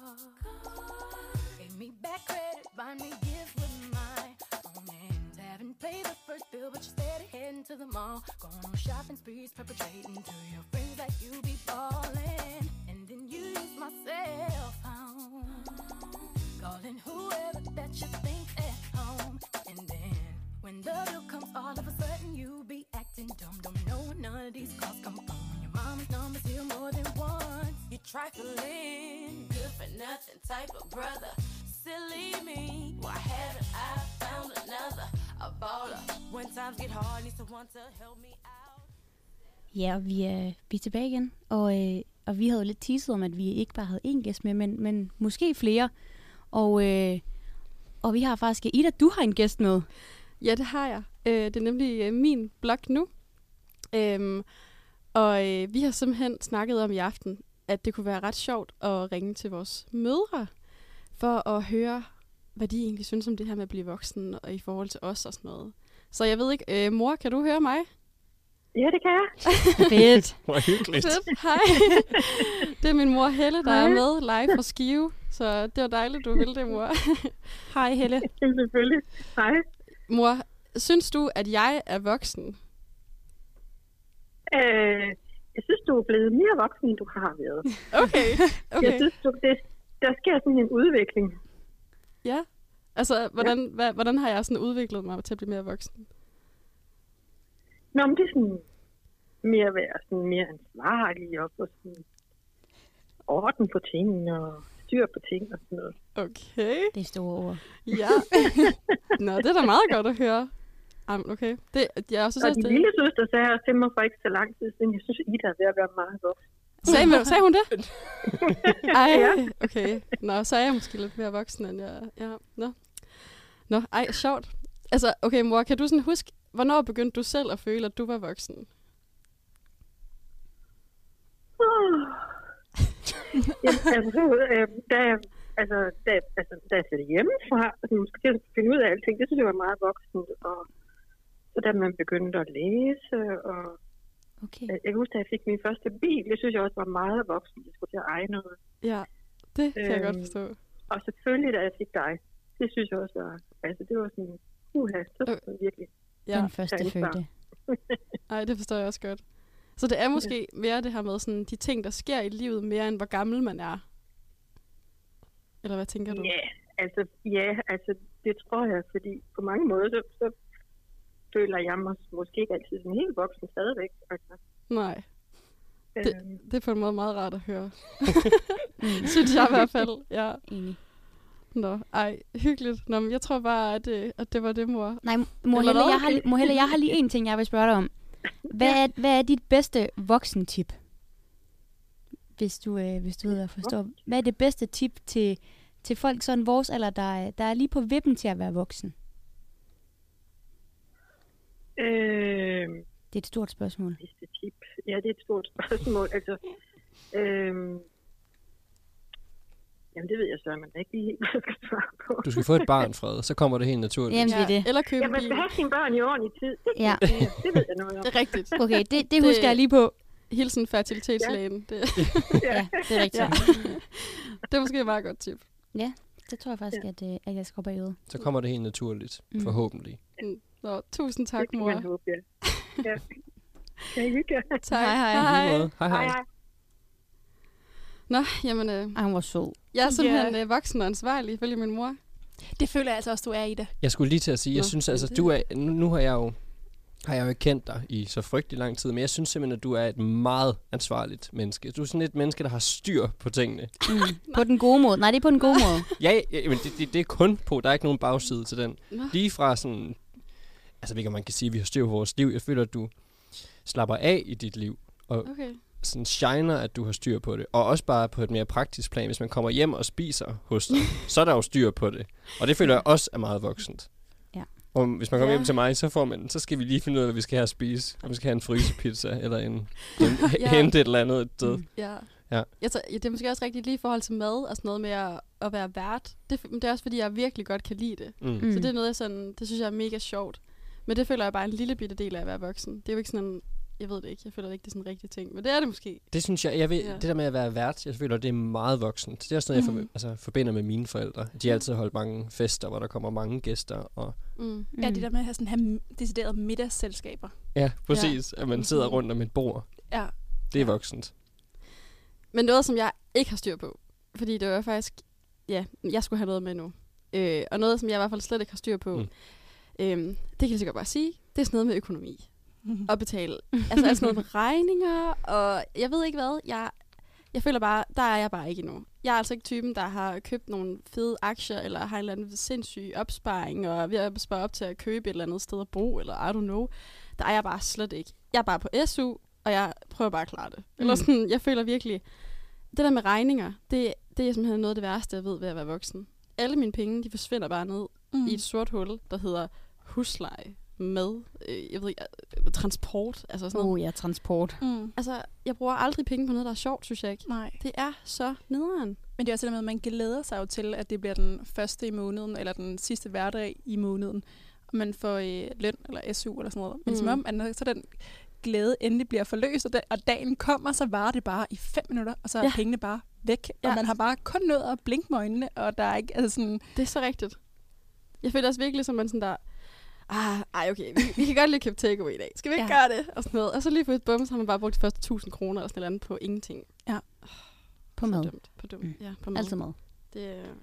gave me back credit, buy me gifts with my own hands. Haven't paid the first bill, but you're steady heading to the mall, going on shopping sprees, perpetrating to your friends like you be ballin'. And then you use my cell phone, calling whoever that you think at home. And then when the bill comes, all of a sudden you be acting dumb. Don't know where none of these calls come from. Your mama's number's here more than once. You're trifling, good for nothing type of brother. Silly me, why haven't I found another? A baller, when times get hard, need someone to help me out. Ja, og vi er, vi er tilbage igen. Og, øh, og vi havde jo lidt teaset om, at vi ikke bare havde én gæst med, men, men måske flere. Og, øh, og vi har faktisk... Ida, du har en gæst med. Ja, det har jeg. Øh, det er nemlig øh, min blog nu. Øhm, og øh, vi har simpelthen snakket om i aften, at det kunne være ret sjovt at ringe til vores mødre, for at høre, hvad de egentlig synes om det her med at blive voksen, og i forhold til os og sådan noget. Så jeg ved ikke, øh, mor, kan du høre mig? Ja, det kan jeg. Fedt. Hvor hyggeligt. Fedt, hej. Det er min mor Helle, der Hej. er med live fra Skive. Så det var dejligt, du ville det, mor. Hej Helle. Det er selvfølgelig. Hej. Mor, synes du, at jeg er voksen? Øh, jeg synes, du er blevet mere voksen, end du har været. Okay, Jeg okay. synes, du, det, der sker sådan en udvikling. Ja. Altså, hvordan, ja. hvad, hvordan har jeg sådan udviklet mig til at blive mere voksen? Nå, men det er sådan mere at være sådan mere ansvarlig og få sådan orden på tingene og styr på ting og sådan noget. Okay. Det er store ord. Ja. Nå, det er da meget godt at høre. Um, okay. Det, jeg synes og også, din det... lille søster sagde også til mig for ikke så lang tid siden, jeg synes, Ida er ved at være meget voksen. Sagde, man, sagde hun det? Ej, Ja. okay. Nå, så er jeg måske lidt mere voksen, end jeg... Ja, nå. Nå, ej, sjovt. Altså, okay, mor, kan du sådan huske, hvornår begyndte du selv at føle, at du var voksen? Uh. Jamen, altså, øh, da jeg, altså, da, altså, da jeg flyttede hjemmefra, altså, man skulle til at finde ud af alting, det synes jeg var meget voksent. Og så da man begyndte at læse, og Okay. jeg kan huske, da jeg fik min første bil, det synes jeg også var meget voksen, jeg skulle til at eje noget. Ja, det kan øhm, jeg godt forstå. Og selvfølgelig, da jeg fik dig, det synes jeg også var, altså det var sådan, uha, så var det virkelig. Ja. Den første fødte. Ej, det forstår jeg også godt. Så det er måske mere det her med sådan, de ting, der sker i livet, mere end hvor gammel man er. Eller hvad tænker du? Ja, altså, ja, altså det tror jeg, fordi på mange måder, så, så føler jeg mig måske ikke altid sådan helt voksen stadigvæk. Altså. Nej. Det, Øhm. det er på en måde meget rart at høre. Synes jeg i hvert fald. Ja. Enig. Nå, ej, hyggeligt. Nå, men jeg tror bare, at, øh, at det var det, mor. Nej, mor Eller Helle, hvad? jeg har, li- mor Helle, jeg har lige en ting, jeg vil spørge dig om. Hvad, er, hvad er dit bedste voksentip? Hvis du, øh, hvis du ved at forstå. Hvad er det bedste tip til, til folk sådan vores alder, der, er- der er lige på vippen til at være voksen? Øhm, Det er et stort spørgsmål. Bedste tip. Ja, det er et stort spørgsmål. Altså, øhm, jamen det ved jeg så, man ikke lige helt, hvad jeg skal svare på. Du skal få et barn, Fred, så kommer det helt naturligt. Jamen, det er det. Eller købe Ja, en man bil. skal have sine børn i ordentlig tid. Det, Ja. det, det ved jeg noget om. Det er rigtigt. Okay, det, det husker jeg lige på. Hilsen fertilitetslægen. Det, Ja, det er rigtigt. ja. Det er måske et meget godt tip. Det tror jeg faktisk, at, øh, at jeg skal hoppe ud. Så kommer det helt naturligt, Mm. forhåbentlig. Nå, tusind tak, Det kan mor. man håbe, ja. Ja. Kan I hygge jer? Tak. Hej, hej. I lige måde. Hej, Hej, hej. hej. Nå, jamen, øh, Ej, hun var sød. jeg er simpelthen Ja. øh, voksen og ansvarlig, ifølge min mor. Det føler jeg altså også, du er i det. Jeg skulle lige til at sige, jeg Nå, synes altså, det- du er, nu, nu har jeg jo har jeg jo ikke kendt dig i så frygtelig lang tid, men jeg synes simpelthen, at du er et meget ansvarligt menneske. Du er sådan et menneske, der har styr på tingene. Mm. På den gode måde. Nej, det er på den gode måde. Ja, ja men det, det, det er kun på, der er ikke nogen bagside til den. Nå. Lige fra sådan, altså ikke om man kan sige, at vi har styr på vores liv. Jeg føler, at du slapper af i dit liv, og Okay. sådan shiner, at du har styr på det. Og også bare på et mere praktisk plan. Hvis man kommer hjem og spiser hos dig, så er der jo styr på det. Og det føler jeg også er meget voksent. Ja. Og hvis man kommer Ja. hjem til mig, så får man, så skal vi lige finde ud af, hvad vi skal have at spise. Om vi skal have en frysepizza, eller en, en Ja. hente et eller andet et sted. Mm. Ja. Ja. Jeg tager, ja, det er måske også rigtigt lige i forhold til mad og sådan noget med at, at være vært. Det, det er også fordi, jeg virkelig godt kan lide det. Mm. Mm. Så det er noget, jeg sådan, det synes jeg er mega sjovt. Men det føler jeg bare er en lille bitte del af at være voksen. Det er jo ikke sådan en, jeg ved det ikke, jeg føler ikke, det er sådan en rigtig ting. Men det er det måske. Det synes jeg, jeg ved, Ja. det der med at være vært, jeg føler, det er meget voksent. Det er også noget, jeg for, Mhm. altså, forbinder med mine forældre. De har altid holdt mange fester, hvor der kommer mange gæster. Og Mm. Mm. Ja, det der med at have, sådan, have deciderede middagsselskaber. ja, præcis. At man sidder rundt om et bord. Ja. Det er voksent. Men noget, som jeg ikke har styr på. Fordi det var faktisk, ja, jeg skulle have noget med nu. Øh, og noget, som jeg i hvert fald slet ikke har styr på. Mm. Mm. Øhm, det kan jeg sikkert bare sige. Det er sådan noget med økonomi. At betale. Altså, altså noget med regninger, og jeg ved ikke hvad. Jeg, jeg føler bare, der er jeg bare ikke endnu. Jeg er altså ikke typen, der har købt nogle fede aktier, eller har en eller anden sindssyg opsparing, og er ved at spare op til at købe et eller andet sted at bo, eller I don't know. Der er jeg bare slet ikke. Jeg er bare på S U, og jeg prøver bare at klare det. Mm. Eller sådan, jeg føler virkelig, det der med regninger, det, det er simpelthen noget af det værste, jeg ved ved at være voksen. Alle mine penge, de forsvinder bare ned Mm. i et sort hul, der hedder husleje, mad, øh, jeg ved ikke, øh, transport, altså sådan noget. Oh ja, transport. Mm. Altså, jeg bruger aldrig penge på noget, der er sjovt, synes jeg ikke. Nej. Det er så nederen. Men det er også det der med, at man glæder sig jo til, at det bliver den første i måneden, eller den sidste hverdag i måneden, og man får øh, løn eller S U eller sådan noget. Men Mm. mm. som om, at når så den glæde endelig bliver forløst, og, den, og dagen kommer, så varer det bare i fem minutter, og så er Ja. ja. pengene bare væk. Ja. Og man har bare kun nået at blinke med øjnene, og der er ikke, altså sådan... Det er så rigtigt. Jeg føler også virkelig, som man sådan der, ah, ej okay, vi, vi kan godt lige købe takeaway i dag. Skal vi ikke Ja. gøre det? Og sådan noget. Og så lige for et bum, så har man bare brugt de første tusind kroner eller sådan noget andet på ingenting. På Så mad. dumt. På dumt. Mm. Ja, på mad. Altid mad. Det, er- ja, det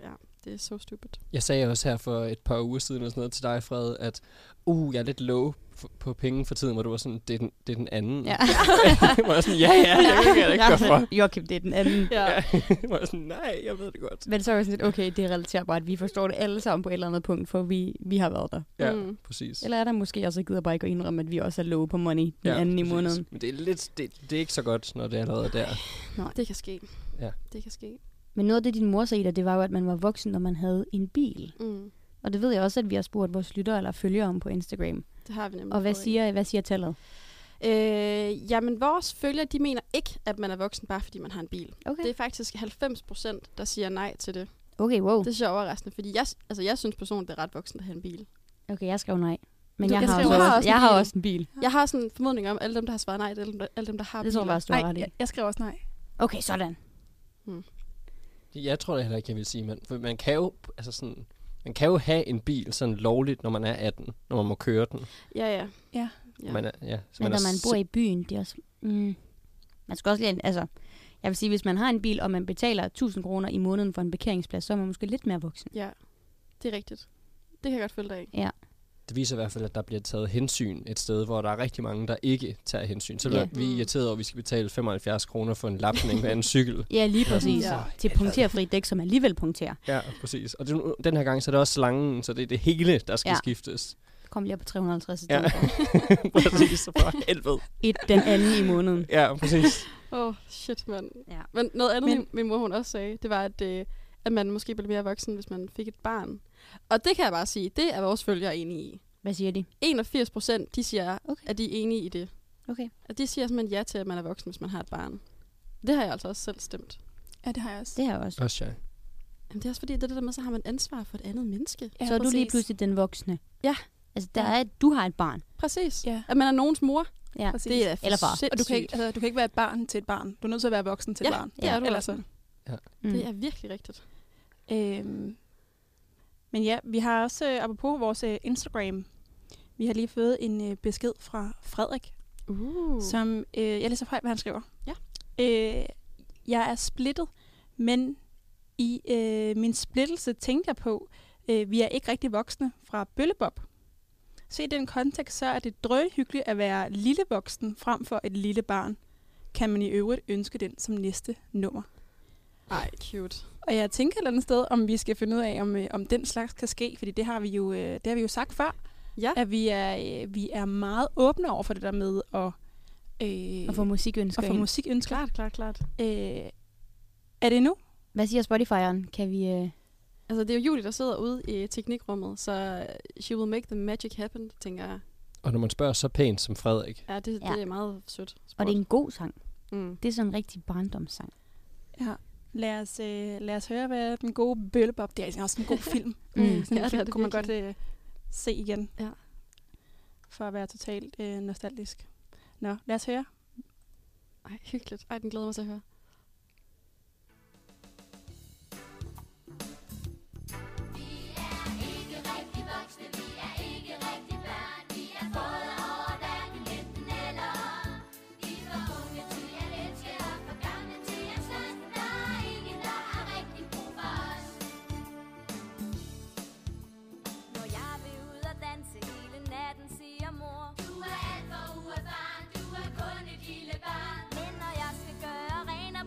det er så stupid. Jeg sagde også her for et par uger siden og sådan noget til dig, Fred, at uh, jeg er lidt low f- på penge for tiden, hvor du var sådan, det er den, det er den anden. Ja. Jeg var sådan, ja, ja, det kan jeg da ikke gøre for. Joachim, det er den anden. Ja. Ja. Jeg var sådan, nej, jeg ved det godt. Men så er jeg sådan lidt, okay, det er relaterbart. Vi forstår det alle sammen på et eller andet punkt, for vi, vi har været der. Ja, Mm. præcis. Eller er der måske også, gider bare ikke at indrømme, at vi også er low på money den Ja, anden i præcis. måneden. Men det er lidt, det, det er ikke så godt, når det er allerede der. Det kan ske. Ja. Det kan ske. Men noget af det, din mor sagde dig, det var jo, at man var voksen, når man havde en bil. Mm. Og det ved jeg også, at vi har spurgt vores lyttere eller følgere om på Instagram. Det har vi nemlig. Og hvad fået siger, hvad siger tallet? ind. Øh, jamen, vores følgere, de mener ikke, at man er voksen, bare fordi man har en bil. Okay. Det er faktisk halvfems procent, der siger nej til det. Okay, wow. Det synes jeg er overraskende, fordi jeg, altså, jeg synes personligt, det er ret voksen at have en bil. Okay, jeg skrev nej. Men Du- jeg, jeg har, skriver, også, har også, også en jeg har bil. også en bil. Jeg har sådan en formodning om, at alle dem, der har svaret nej, det er alle dem, der, alle dem, der har Det tror jeg biler. bare, du har Ej, ret i. jeg, jeg skrev også nej. Okay, sådan. Jeg tror da heller ikke, jeg vil sige, man, for man kan jo, altså sådan, man kan jo have en bil sådan lovligt, når man er atten, når man må køre den. Ja, ja. Ja. ja. Man er, ja, så Men man når er man bor i byen, det er også... Mm, man skal også lige... Altså, jeg vil sige, hvis man har en bil, og man betaler tusind kroner i måneden for en parkeringsplads, så er man måske lidt mere voksen. Ja, det er rigtigt. Det kan jeg godt følge dig af. Ja. Det viser i hvert fald, at der bliver taget hensyn et sted, hvor der er rigtig mange, der ikke tager hensyn. Så Ja. yeah. vi er irriteret over, at vi skal betale femoghalvfjerds kroner for en lapning af en cykel. Ja, lige præcis. Ja. Ja. Til punkterfri dæk, som alligevel punkterer. Ja, præcis. Og det, den her gang, så er det også slangen, så det er det hele, der skal Ja. ja. skiftes. Kom lige op på tre hundrede og halvtreds i Ja. stedet for. Præcis, så for helvede. Et den anden i måneden. Ja, præcis. Åh, oh, shit, mand. Ja. Men noget andet, Men- min, min mor hun også sagde, det var, at, øh, at man måske blev mere voksen, hvis man fik et barn. Og det kan jeg bare sige, det er vores følgere enige i. Hvad siger de? enogfirs procent, de siger, Okay. at de er enige i det. Okay. At de siger simpelthen ja til, at man er voksen, hvis man har et barn. Det har jeg altså også selv stemt. Ja, det har jeg også. Det har jeg også. Også jeg. Jamen, det er også fordi, det er det der med, så har man ansvar for et andet menneske. Ja, Så er du lige præcis. pludselig den voksne. Ja. Altså, der er, du har et barn. Præcis. Ja. At man er nogens mor. Ja. Præcis. Det er for Eller far. sindssygt. Og du kan, ikke, altså, du kan ikke være et barn til et barn. Du er nødt til at være voksen til Ja, et barn. det er du Eller altså. sådan. Mm. Det er virkelig rigtigt. Øhm, men ja, vi har også, øh, apropos vores øh, Instagram, vi har lige fået en øh, besked fra Frederik, Uh. som, øh, jeg læser højt, hvad han skriver. Ja. Øh, jeg er splittet, men i øh, min splittelse tænkte jeg på, øh, vi er ikke rigtig voksne fra Bøllebob. Så i den kontekst, så er det drøghyggeligt at være lille voksen frem for et lille barn. Kan man i øvrigt ønske den som næste nummer? Ej, cute. Og jeg tænker et eller andet sted, om vi skal finde ud af, om, øh, om den slags kan ske, fordi det har vi jo, øh, det har vi jo sagt før, Ja. at vi er, øh, vi er meget åbne over for det der med at, øh, Og få musikønsker at få ind. musikønsker. Klart, klart, klart. Øh, er det nu? Hvad siger Spotify'eren? Kan vi... Øh... Altså, det er jo Julie, der sidder ude i teknikrummet, så she will make the magic happen, tænker jeg. Og når man spørger så pænt som Frederik, Ja, det, Ja. det er meget sødt. Og det er en god sang. Mm. Det er sådan en rigtig barndomssang. Ja. Lad os, øh, lad os høre, hvad den gode Bøllebob, det er altså også en god film. Mm. Sådan Ja, en det er film det kunne man virkelig. godt øh, se igen. Ja. For at være totalt øh, nostalgisk. Nå, lad os høre. Ej, hyggeligt. Ej, den glæder mig til at høre. Når jeg vil ud og danse hele natten, siger mor, du er alt for uerfaren, du er kun et lille barn. Men når jeg skal gøre ren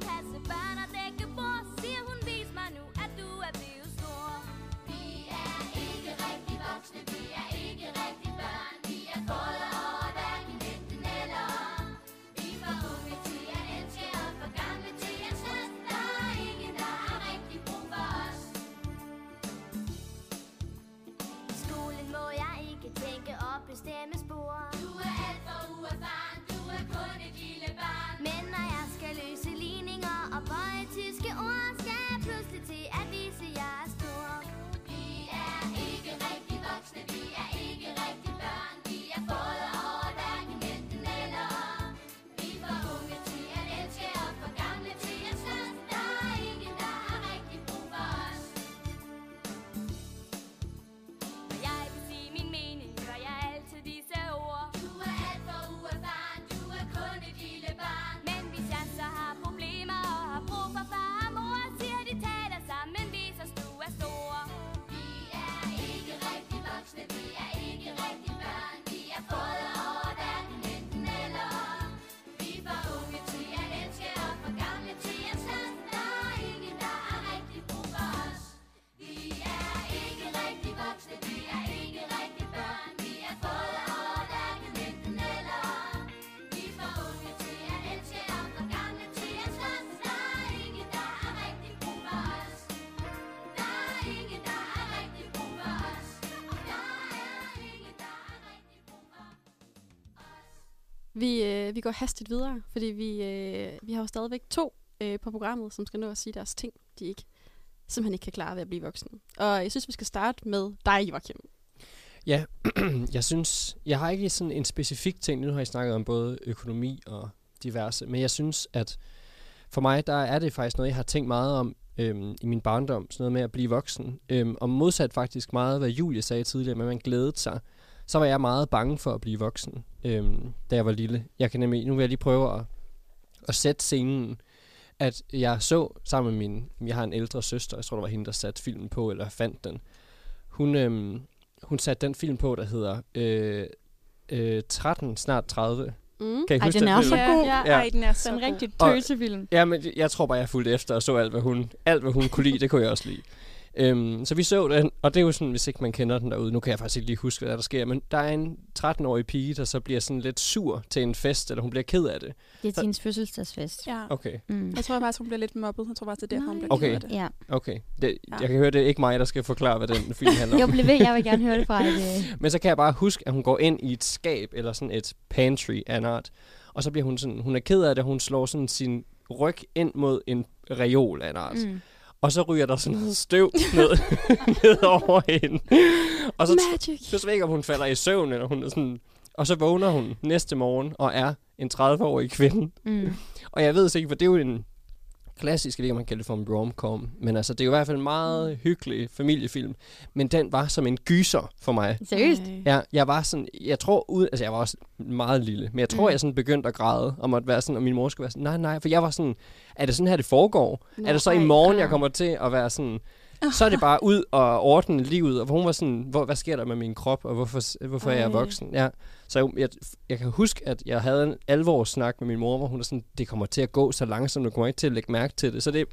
Vi, øh, vi går hastigt videre, fordi vi, øh, vi har jo stadigvæk to øh, på programmet, som skal nå at sige deres ting, de ikke simpelthen ikke kan klare ved at blive voksne. Og jeg synes, vi skal starte med dig, Joachim. Ja, jeg synes, jeg har ikke sådan en specifik ting, nu har jeg snakket om både økonomi og diverse, men jeg synes, at for mig, der er det faktisk noget, jeg har tænkt meget om øhm, i min barndom, sådan noget med at blive voksen. Øhm, og modsat faktisk meget, hvad Julie sagde tidligere, med at man glædede sig, så var jeg meget bange for at blive voksen, øhm, da jeg var lille. Jeg kan nemlig, nu vil jeg lige prøve at, at sætte scenen, at jeg så sammen med min, jeg har en ældre søster, jeg tror, det var hende, der satte filmen på, eller fandt den. Hun, øhm, hun satte den film på, der hedder øh, øh, tretten, snart tredive. Mm. Kan I Ej, huske den er film? så god. Ja, Ja. ej, den er så Sådan en god. rigtig Og- tøsefilm. Ja, men jeg tror bare, jeg fulgte efter og så alt, hvad hun, alt, hvad hun kunne lide. Det kunne jeg også lide. Øhm, så vi så den, og det er jo sådan, hvis ikke man kender den derude, nu kan jeg faktisk ikke lige huske, hvad der sker, men der er en tretten-årig pige, der så bliver sådan lidt sur til en fest, eller hun bliver ked af det. Det er til hendes fødselsdagsfest. Ja. Okay, Mm. Jeg tror faktisk, hun bliver lidt mobbet. Jeg tror faktisk, det er derfor, hun bliver Okay. ked af det. Ja. okay. Det, Ja. jeg kan høre, det er ikke mig, der skal forklare, hvad den film handler Jo, om. bliv ved. Jeg vil gerne høre det fra et... Øh... Men så kan jeg bare huske, at hun går ind i et skab, eller sådan et pantry af en art, og så bliver hun sådan, hun er ked af det, hun slår sådan sin ryg ind mod en reol af en art. Mm. Og så ryger der sådan noget støv ned, ned over hende. Og så, Magic. så ved jeg ikke, om hun falder i søvn, eller hun er sådan... Og så vågner hun næste morgen og er en tredive-årig kvinde. Mm. Og jeg ved ikke, for det er jo en klassisk, jeg ved ikke, om man kalder det for en rom-com, men altså, det er jo i hvert fald en meget hyggelig familiefilm. Men den var som en gyser for mig. Seriøst? Ej. Ja, jeg var sådan, jeg tror, ud, altså jeg var også meget lille, men jeg tror, Mm. jeg sådan begyndte at græde, og måtte være sådan, og min mor skulle være sådan, nej, nej, for jeg var sådan, er det sådan her, det foregår? Nå, er det så i ej, morgen, ah. jeg kommer til at være sådan, så er det bare ud og ordne livet, og hun var sådan, hvor, hvad sker der med min krop, og hvorfor, hvorfor er jeg Ej. voksen? Ja. Så jeg, jeg, jeg kan huske, at jeg havde en alvorssnak med min mor, hvor hun er sådan, det kommer til at gå så langsomt, du kommer ikke til at lægge mærke til det. Så det,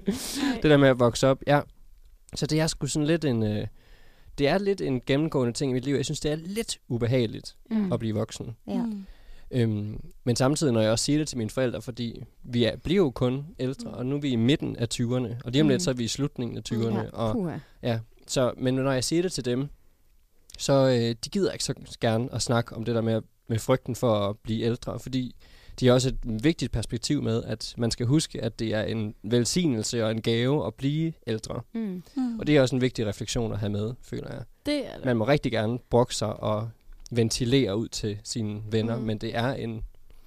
det der med at vokse op, ja. Så det er sgu sådan lidt en, øh, det er lidt en gennemgående ting i mit liv. Jeg synes, det er lidt ubehageligt Mm. at blive voksen. Ja. Mm. Øhm, men samtidig, når jeg også siger det til mine forældre, fordi vi er, bliver jo kun ældre, og nu er vi i midten af tyverne, og lige om Mm. lidt, så er vi i slutningen af tyverne. Ja. Og, Puha. ja, så, men når jeg siger det til dem, så øh, de gider ikke så gerne at snakke om det der med, med frygten for at blive ældre, fordi de har også et vigtigt perspektiv med, at man skal huske, at det er en velsignelse og en gave at blive ældre. Mm. Mm. Og det er også en vigtig refleksion at have med, føler jeg. Det er det. Man må rigtig gerne brokke sig og ventilere ud til sine venner, Mhm. mm. men det er en,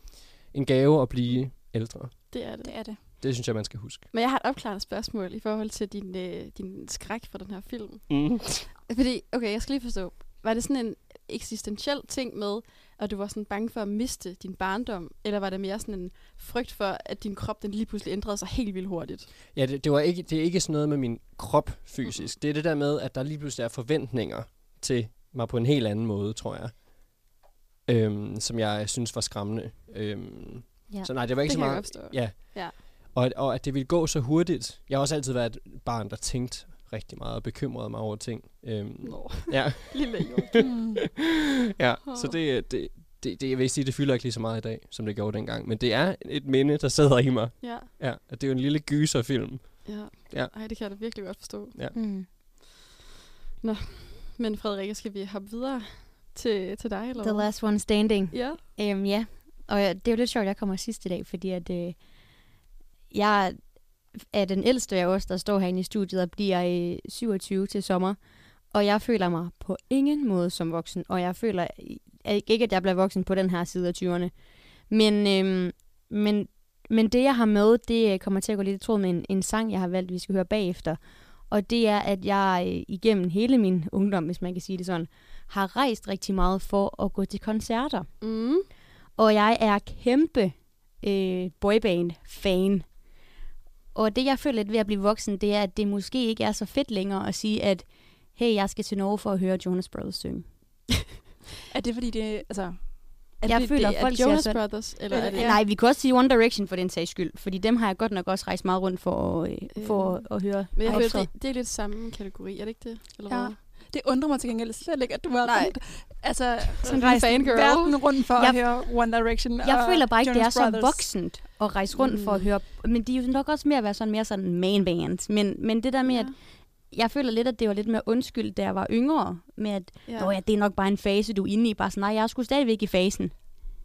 en gave at blive ældre. Det er det. Det er det. Det synes jeg, man skal huske. Men jeg har et opklarende spørgsmål i forhold til din, øh, din skræk for den her film. Mm. Fordi, okay, jeg skal lige forstå. Var det sådan en eksistentiel ting med, at du var sådan bange for at miste din barndom? Eller var det mere sådan en frygt for, at din krop den lige pludselig ændrede sig helt vildt hurtigt? Ja, det, det, var ikke, det er ikke sådan noget med min krop fysisk. Mm. Det er det der med, at der lige pludselig er forventninger til mig på en helt anden måde, tror jeg. Øhm, som jeg synes var skræmmende. Øhm, Ja. Så nej, det var ikke Det så kan jeg meget... godt forstå. Ja. Ja. Og, at- og at det ville gå så hurtigt. Jeg har også altid været et barn, der tænkte rigtig meget og bekymrede mig over ting. Øhm, Nå, ja. lille Joachim. Mm. ja, så det, det, det, det, jeg vil sige, det fylder ikke lige så meget i dag, som det gjorde dengang. Men det er et minde, der sidder i mig. Ja, Ja, at det er jo en lille gyserfilm. ja. Ja. Ej, det kan jeg da virkelig godt forstå. Mm. Men Frederikke, skal vi hoppe videre til, til dig? Eller The hvad? last one standing. Ja. Øhm, ja, og ja, det er jo lidt sjovt, at jeg kommer sidst i dag, fordi at øh, jeg er den ældste af os, der står herinde i studiet og bliver øh, syvogtyve til sommer. Og jeg føler mig på ingen måde som voksen, og jeg føler øh, ikke, at jeg bliver voksen på den her side af tyverne. Men, øh, men, men det, jeg har med, det kommer til at gå lidt i tråd med en, en sang, jeg har valgt, vi skal høre bagefter. Og det er, at jeg øh, igennem hele min ungdom, hvis man kan sige det sådan, har rejst rigtig meget for at gå til koncerter. Mm. Og jeg er kæmpe øh, boyband-fan. Og det, jeg føler lidt ved at blive voksen, det er, at det måske ikke er så fedt længere at sige, at hey, jeg skal til Norge for at høre Jonas Brothers synge. Er det fordi det, altså... Er Jeg det, føler, det er folk siger Jonas sådan- Brothers, eller Eller- er det... Ja. Nej, vi kan også sige One Direction for den sags skyld, fordi dem har jeg godt nok også rejst meget rundt for, øh, for Øh, at, at høre. Men jeg føler, optræde. det, det er lidt samme kategori, er det ikke det? Eller Ja. hvad? Det undrer mig til gengæld slet ikke, at du har Nej. rundt, altså, Sådan en rejst fangirl. verden rundt for Jeg- at høre One Direction Jeg og føler bare ikke, det er Jonas så Brothers. voksent at rejse rundt Mm. for at høre. Men de er jo nok også mere at være sådan mere sådan main band. Men, men det der med, Ja. at jeg føler lidt, at det var lidt mere undskyld, da jeg var yngre. Med at, Ja. ja. ja, det er nok bare en fase, du er inde i. Bare sådan, nej, jeg er sgu stadigvæk i fasen.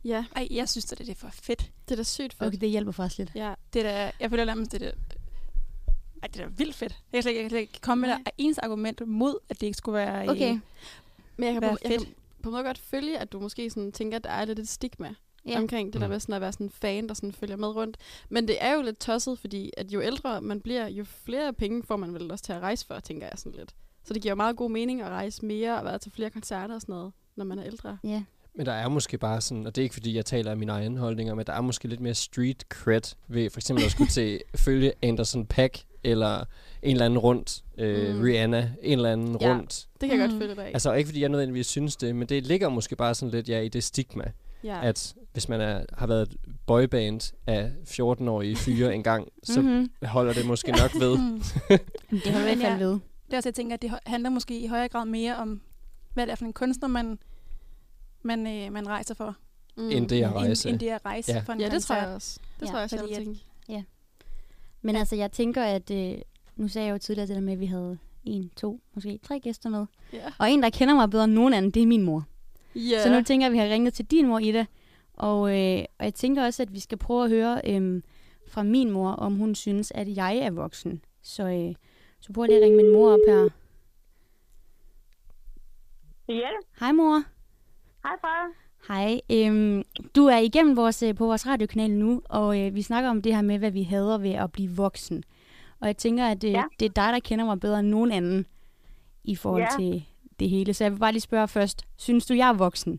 Ja. Ej, jeg synes, at det er for fedt. Det er da sygt fedt. Okay, det hjælper faktisk lidt. Ja. Det er da, jeg føler nærmest, det er da, ej, det er da vildt fedt. Jeg kan slet ikke, jeg kan slet ikke komme med der eneste argument mod, at det ikke skulle være, Okay. øh, Men jeg kan, være på, jeg kan fedt. på en måde godt følge, at du måske sådan tænker, at der er lidt et stigma Ja. omkring det der Mm. med sådan at være sådan en fan, der sådan følger med rundt. Men det er jo lidt tosset, fordi at jo ældre man bliver, jo flere penge får man vel også til at rejse for, tænker jeg sådan lidt. Så det giver jo meget god mening at rejse mere og være til flere koncerter og sådan noget, når man er ældre. Ja. Men der er måske bare sådan, og det er ikke fordi, jeg taler af mine egne holdninger, men der er måske lidt mere street cred ved for eksempel at skulle til følge Anderson .Paak eller en eller anden rundt, øh, Mm. Rihanna, en eller anden Ja. rundt. Det kan jeg Mm. godt følge dig af. Altså ikke fordi jeg nødvendigvis synes det, men det ligger måske bare sådan lidt ja, i det stigma, ja. at hvis man er, har været et boyband af fjorten-årige fyre engang, så Mm-hmm. holder det måske nok ved. Mm. Det holder i hvert fald Ja. ved. Det er også, jeg tænker, at det hø- handler måske i højere grad mere om, hvad det er for en kunstner, man, man, øh, man rejser for. Mm. End det at rejse. End, end det at rejse Ja. for en Ja, det tror koncert. jeg også. Det Ja, tror jeg også, jeg fordi vil at- tænke. Men altså, jeg tænker, at øh, nu sagde jeg jo tidligere det der med, at vi havde en, to, måske tre gæster med. Ja. Og en, der kender mig bedre end nogen anden, det er min mor. Ja. Så nu tænker jeg, at vi har ringet til din mor, Ida. Og, øh, og jeg tænker også, at vi skal prøve at høre øh, fra min mor, om hun synes, at jeg er voksen. Så, øh, så prøv lige at ringe min mor op her. Ja, Hej mor. hej far. Hej. Øhm, du er igennem vores, øh, på vores radiokanal nu, og øh, vi snakker om det her med, hvad vi hader ved at blive voksen. Og jeg tænker, at øh, Ja. det er dig, der kender mig bedre end nogen anden i forhold Ja. til det hele. Så jeg vil bare lige spørge først, synes du, jeg er voksen?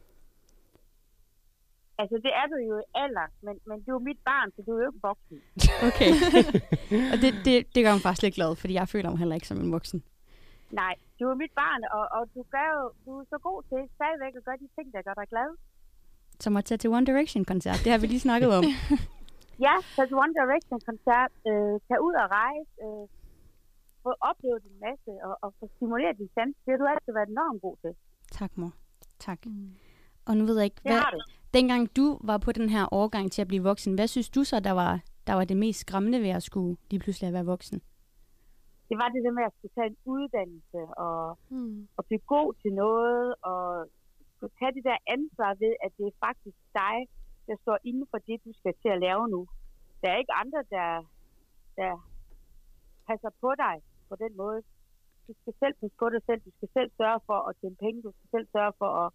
Altså, det er du jo i alder, men, men du er mit barn, så du er jo ikke voksen. Okay. Og det, det, det gør mig faktisk lidt glad, fordi jeg føler mig heller ikke som en voksen. Nej, du er mit barn, og, og du, gør jo, du er så god til stadigvæk at gøre de ting, der gør dig glad. Som at tage til One Direction-koncert. Det har vi lige snakket om. Ja, så til One Direction-koncert, øh, tage ud og rejse, øh, få oplevet en masse, og, og få stimuleret din sans. Det har du altid været enormt god til. Tak, mor. Tak. Mm. Og nu ved jeg ikke, Det hvad, har du. dengang du var på den her overgang til at blive voksen, hvad synes du så, der var, der var det mest skræmmende ved at skulle lige pludselig at være voksen? Det var det der med at skulle tage en uddannelse, og, Mm. og blive god til noget, og skulle tage det der ansvar ved, at det er faktisk dig, der står inden for det, du skal til at lave nu. Der er ikke andre, der, der passer på dig på den måde. Du skal selv passe på dig selv. Du skal selv sørge for at tjene penge. Du skal selv sørge for at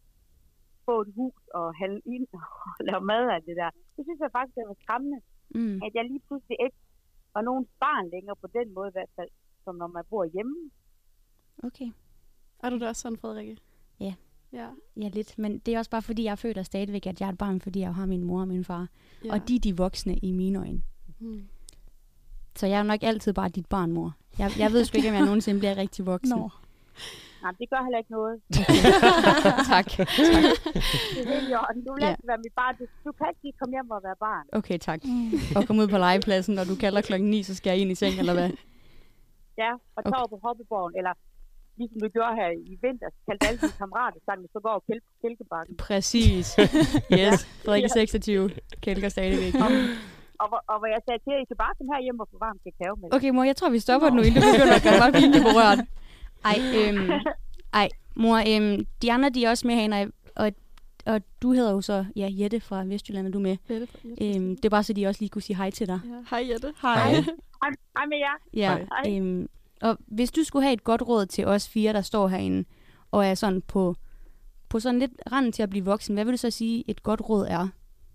få et hus og handle ind og lave mad og alt det der. Det synes jeg faktisk, det var skræmmende, Mm. at jeg lige pludselig ikke var nogen barn længere på den måde i hvert fald, som når man bor hjemme. Okay. Er du da også sådan, Frederikke? Ja. Ja. Ja, lidt. Men det er også bare fordi, jeg føler stadigvæk, at jeg er et barn, fordi jeg har min mor og min far. Ja. Og de er de voksne i mine øjne. Mm. Så jeg er jo nok altid bare dit barn, mor. Jeg, jeg ved sgu ikke, om jeg nogensinde bliver rigtig voksen. Nå. Nej, det gør heller ikke noget. tak. tak. Det er helt i orden. Du vil Ja. altid være mit barn. Du, du kan ikke lige komme hjem og være barn. Okay, tak. Og komme ud på legepladsen, og du kalder klokken ni, så skal jeg ind i seng, eller hvad? Ja, og tage Okay. over på hoppeborgen, eller ligesom du gjorde her i vinter, kaldte alle dine kammerater sammen, så går og kælke på kælkebakken. Præcis. Yes. Frederik seksogtyve kælker stadigvæk. Og, hvor- og hvor jeg sagde til jer, I kan bare komme her hjem og få varm kakao med. Okay, mor, jeg tror, vi stopper nu, inden du begynder at gøre mig virkelig berørt. Ej, øhm, ej, mor, øhm, de andre, de er også med herinde, og, og du hedder jo så, ja, Jette fra Vestjylland, er du med? Jette, Jette. Øhm, det er bare så, de også lige kunne sige hej til dig. Ja. Hej, Jette. Hej. Hej. Hej, hej med jer. Ja, Hej. øhm, og hvis du skulle have et godt råd til os fire, der står herinde, og er sådan på, på sådan lidt randen til at blive voksen, hvad vil du så sige, et godt råd er?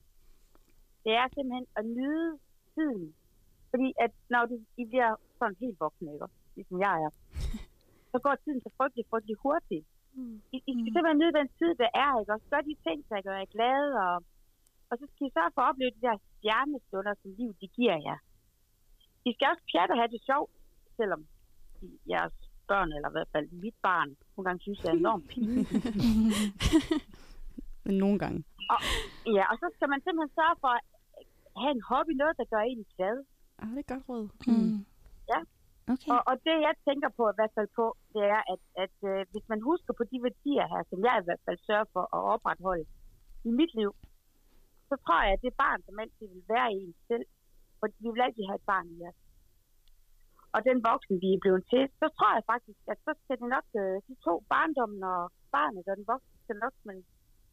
Det er simpelthen at nyde tiden. Fordi at når du, I bliver sådan helt voksne, ikke? Ligesom jeg er, så går tiden så frygtelig, frygtelig hurtigt. Mm. I, I skal simpelthen nyde den tid, der er, ikke? Og gør de ting, der gør jer glade, og, og så skal I sørge for at opleve de der stjernestunder, som livet de giver jer. I skal også pjatte og have det sjovt, selvom I- jeres børn, eller i hvert fald mit barn, nogle gange synes, det er enormt pinligt. Men nogle gange. Ja, og så skal man simpelthen sørge for at have en hobby, noget, der gør en glad. Ah, det er et godt råd. Mm. Okay. Og, og det, jeg tænker på i hvert fald på, det er, at, at øh, hvis man husker på de værdier her, som jeg i hvert fald sørger for at opretholde i mit liv, så tror jeg, at det barn, som altid vil være i en selv, for vi vil altid have et barn i os. Og den voksen, vi er blevet til, så tror jeg faktisk, at så skal det nok, øh, de to, barndommen og barnet og den voksne, skal nok man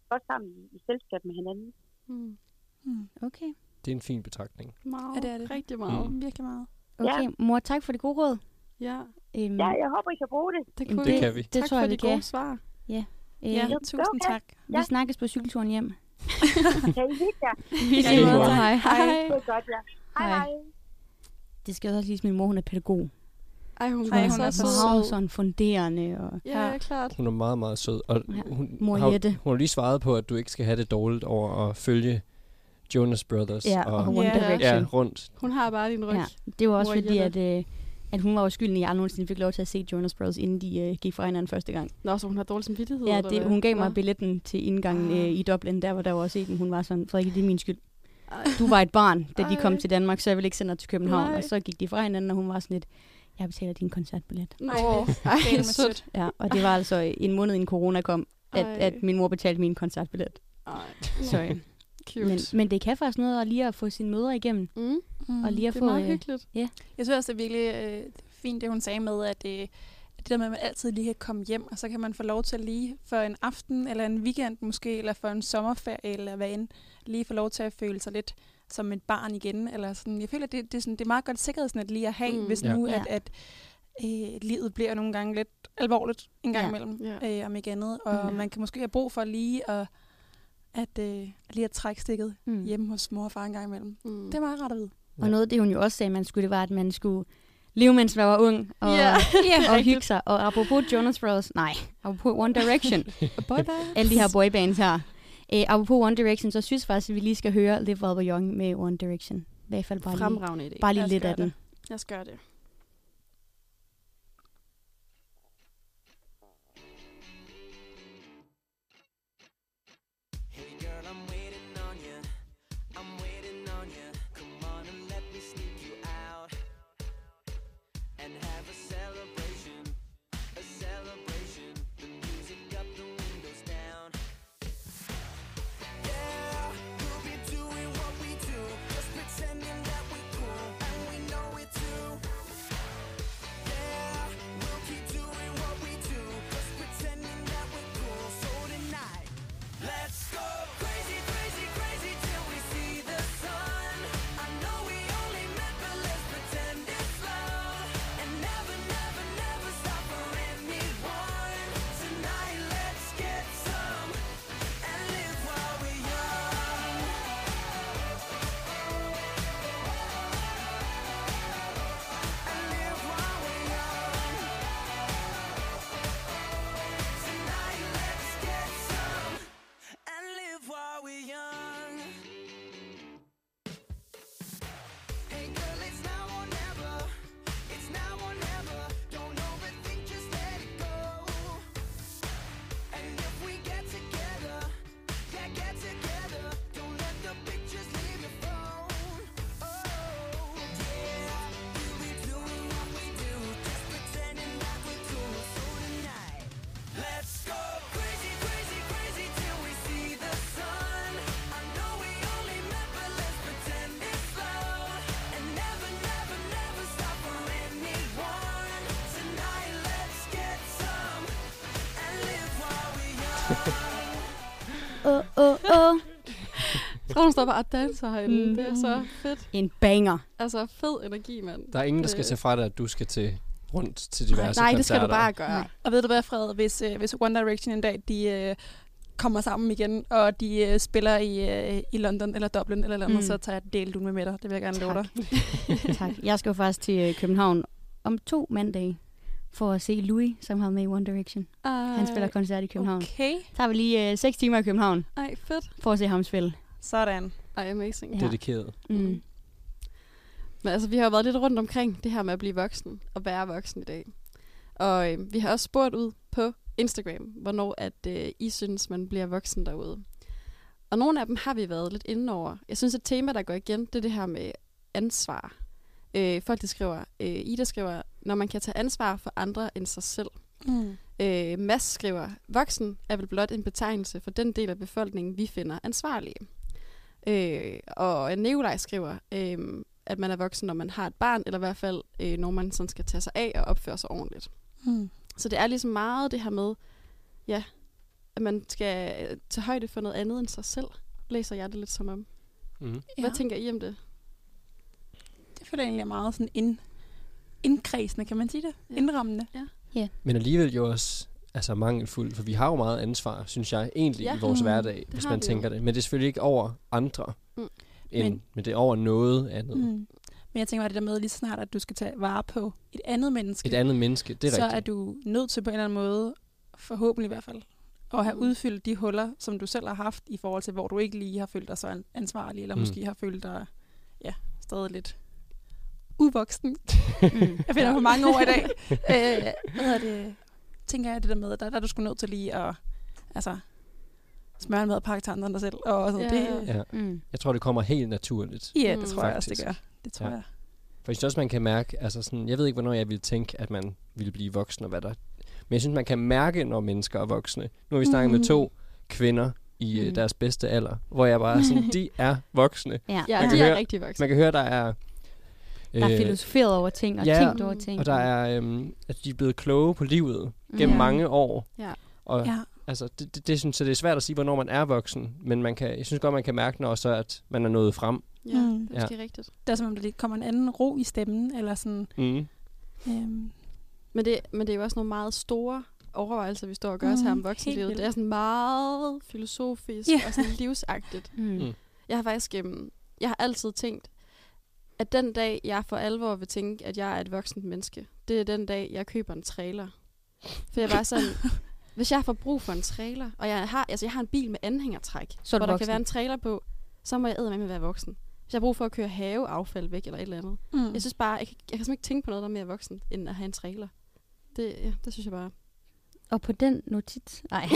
godt sammen i, i selskab med hinanden. Mm. Mm. Okay. Det er en fin betragtning. Meget. Ja, det er det. Rigtig meget. Mm. Virkelig meget. Okay, Ja. mor, tak for det gode råd. Ja, Øhm, Ja, jeg håber, I kan bruge det. det Jamen, kunne det vi. kan vi. Det Tak tror for jeg, de vi kan. gode svar. øh, Ja, tusind okay. tak. Vi Ja. snakkes på cykelturen hjem. Kan I hygge jer? Vi lige måde. Hej. Hej. Det er godt, ja. Hej, Hej. hej. Det skal også lige min mor, hun er pædagog. Ej, hun Ej, er hun så er sød. så Meget sådan funderende. Og Ja, ja, klart. Hun er meget, meget sød. Og Ja. hun, Mor har, Jette. hun har lige svaret på, at du ikke skal have det dårligt over at følge Jonas Brothers. Ja, og One Ja. Direction. ja, rundt. Hun har bare din ryg. Ja, det var også Mor fordi, at, Jette. øh, at hun var jo skylden i, at jeg aldrig nogensinde fik lov til at se Jonas Brothers, inden de øh, gik fra hinanden første gang. Nå, så hun har dårlig samvittighed? Ja, eller det, hvad? hun gav mig Nå. billetten til indgangen Ah. øh, i Dublin, der hvor der var også en, hun var sådan, Frederik, det er min skyld. Ej. Du var et barn, da de Ej. kom til Danmark, så jeg ville ikke sende dig til København. Nej. Og så gik de fra hinanden, og hun var sådan lidt, jeg betaler din koncertbillet. Nå, Ej, ej, det er sødt. sødt. Ja, og det var altså en måned inden corona kom, at, Ej. at min mor betalte min koncertbillet. Ej, Så, øh, cute. men, men det kan faktisk noget at lige at få sine mødre igennem. Mm, Mm. Og lige at det få... er meget øh, hyggeligt. Jeg synes også, det er virkelig øh, fint, det hun sagde med, at øh, det der med, at man altid lige kan komme hjem, og så kan man få lov til lige for en aften, eller en weekend måske, eller for en sommerferie, eller hvad end, lige få lov til at føle sig lidt som et barn igen. Eller sådan. Jeg føler, at det, det, er sådan, det er meget godt sikkerhedsnet lige at have, Mm. mm. hvis Ja. nu, Ja. at, at øh, livet bliver nogle gange lidt alvorligt en gang Ja. imellem, Ja. øh, om ikke andet. Og Mm. man kan måske have brug for lige at, at, øh, lige at trække stikket Mm. hjemme hos mor og far en gang imellem. Mm. Det er meget rart at vide. Og noget af det, hun jo også sagde, man skulle, det var, at man skulle leve, mens man var ung, og, Ja, ja, og hygge sig. Og apropos Jonas Brothers, nej, apropos One Direction, Boybands. alle de her boybands her. Æ, apropos One Direction, så synes jeg faktisk, at vi lige skal høre Live While We're Young med One Direction. I hvert fald bare lige, Fremragende idé. bare lige Lad os lidt gøre af den. det. Lad os gøre det. Hey girl, I'm waiting on you. I'm waiting on you. Come on and let me sneak you out and have a celebration. A celebration. The music up, the windows down. Yeah, we'll be doing what we do. Just pretending that we're cool and we know it too. Yeah, we'll keep doing what we do. Just pretending that we're cool. So tonight, let's go crazy, crazy, crazy till we see the sun. I know we only met, but let's pretend it's love. And never, never, never stop for anyone. Tonight, let's get some and live while we're young. And live while we're young. Tonight, let's get some and live while we're young. Hey girl, it's now or never. It's now or never. Don't overthink, just let it go. And if we get together, yeah, get together. Don't let the pictures leave your phone. Oh, yeah, we'll be doing what we do, just pretending that we're cool. So tonight, let's go crazy, crazy, crazy till we see the sun. I know we only met, but let's pretend it's love. And never, never, never stop for anyone. Tonight, let's get some and live while we're young. Åh, åh, åh. Jeg tror, hun står bare og danser herinde. Mm. Det er så fedt. En banger. Altså, fed energi, mand. Der er ingen, der skal Det- se fra dig, at du skal til rundt til diverse Nej, det skal du koncerter. bare gøre. Nej. Og ved du hvad, Fred, hvis, øh, hvis One Direction en dag, de øh, kommer sammen igen, og de øh, spiller i, øh, i London eller Dublin eller noget, Mm. mm. så tager jeg del du med med dig. Det vil jeg gerne love dig. Tak. Jeg skal jo faktisk til øh, København om to mandage for at se Louis, som har med i One Direction. Han spiller koncert i København. Okay. Så har vi lige øh, seks timer i København Ej, fedt. for at se ham spille. Sådan. Ej, amazing. Ja. Dedikeret. Mm. Men altså, vi har jo været lidt rundt omkring det her med at blive voksen og være voksen i dag. Og øh, vi har også spurgt ud på Instagram, hvornår at øh, I synes, man bliver voksen derude. Og nogle af dem har vi været lidt inde over. Jeg synes, et tema, der går igen, det er det her med ansvar. Øh, folk, de skriver, øh, Ida skriver, når man kan tage ansvar for andre end sig selv. Mm. Øh, Mads skriver, voksen er vel blot en betegnelse for den del af befolkningen, vi finder ansvarlige. Øh, og Nikolaj skriver, øh, at man er voksen, når man har et barn, eller i hvert fald, øh, når man sådan skal tage sig af og opføre sig ordentligt. Mm. Så det er ligesom meget det her med, ja, at man skal øh, tage højde for noget andet end sig selv. Læser jeg det lidt som om. Mm. Hvad tænker I om det? Det føler jeg egentlig er meget sådan ind, indkredsende, kan man sige det? Ja. Indrammende. Ja. Men alligevel jo også altså mangelfuldt, for vi har jo meget ansvar, synes jeg, egentlig Ja. i vores Mm, hverdag, det hvis har man vi jo. tænker det. Men det er selvfølgelig ikke over andre, Mm. end, men, Men- men det er over noget andet. Mm. Men jeg tænker bare det der med, lige så snart, at du skal tage vare på et andet menneske, Et andet menneske, det er så rigtigt. er du nødt til på en eller anden måde, forhåbentlig i hvert fald, at have Mm. udfyldt de huller, som du selv har haft, i forhold til, hvor du ikke lige har følt dig så ansvarlig, eller Mm. mm. måske har følt dig ja, stadig lidt uvoksen. Mm. Jeg finder på mange ord i dag. øh, hvad hedder det? Tænker jeg det der med, at der, der er du sgu nødt til lige at altså, smøre en madpakke til andre end dig selv. Og sådan, Ja. det, Ja. Mm. Jeg tror, det kommer helt naturligt. ja, Mm. det tror jeg også, det Faktisk. gør. Det tror Ja. jeg. For jeg synes også, man kan mærke, altså sådan, jeg ved ikke, hvornår jeg ville tænke, at man ville blive voksen og hvad der. Men jeg synes, man kan mærke, når mennesker er voksne. Nu har vi snakket Mhm. med to kvinder i mm. Mhm. deres bedste alder, hvor jeg bare er sådan, de er voksne. Ja. Ja, Man de kan er høre- rigtig voksne. Man kan høre, der er... Der er øh, filosoferet over ting og ja, tænkt over ting. og der er, øhm, at de er blevet kloge på livet gennem Ja. mange år. Ja. Og Ja. altså, det, det, det synes jeg, det er svært at sige, hvornår man er voksen. Men man kan, jeg synes godt, man kan mærke, når så, at man er nået frem. Ja, Mm. det er måske rigtigt. Det er som om, der lige kommer en anden ro i stemmen, eller sådan... Mm. Øhm, Men det, men det er jo også nogle meget store overvejelser, vi står og gør os her om Mm, voksenlivet. helt vildt. Det er sådan meget filosofisk Ja. og sådan livsagtigt. Mm. Mm. Jeg har faktisk øhm, jeg har altid tænkt, at den dag, jeg for alvor vil tænke, at jeg er et voksent menneske, det er den dag, jeg køber en trailer. For jeg var sådan, hvis jeg får brug for en trailer, og jeg har, altså jeg har en bil med anhængertræk, Så er du hvor der voksen. kan være en trailer på, så må jeg eddermame med at være voksen. Hvis jeg har brug for at køre haveaffald væk eller et eller andet. mm. Jeg synes bare, jeg kan, jeg kan simpelthen ikke tænke på noget, der er mere voksen, end at have en trailer. Det, ja, det synes jeg bare. Og på den notits... Nej.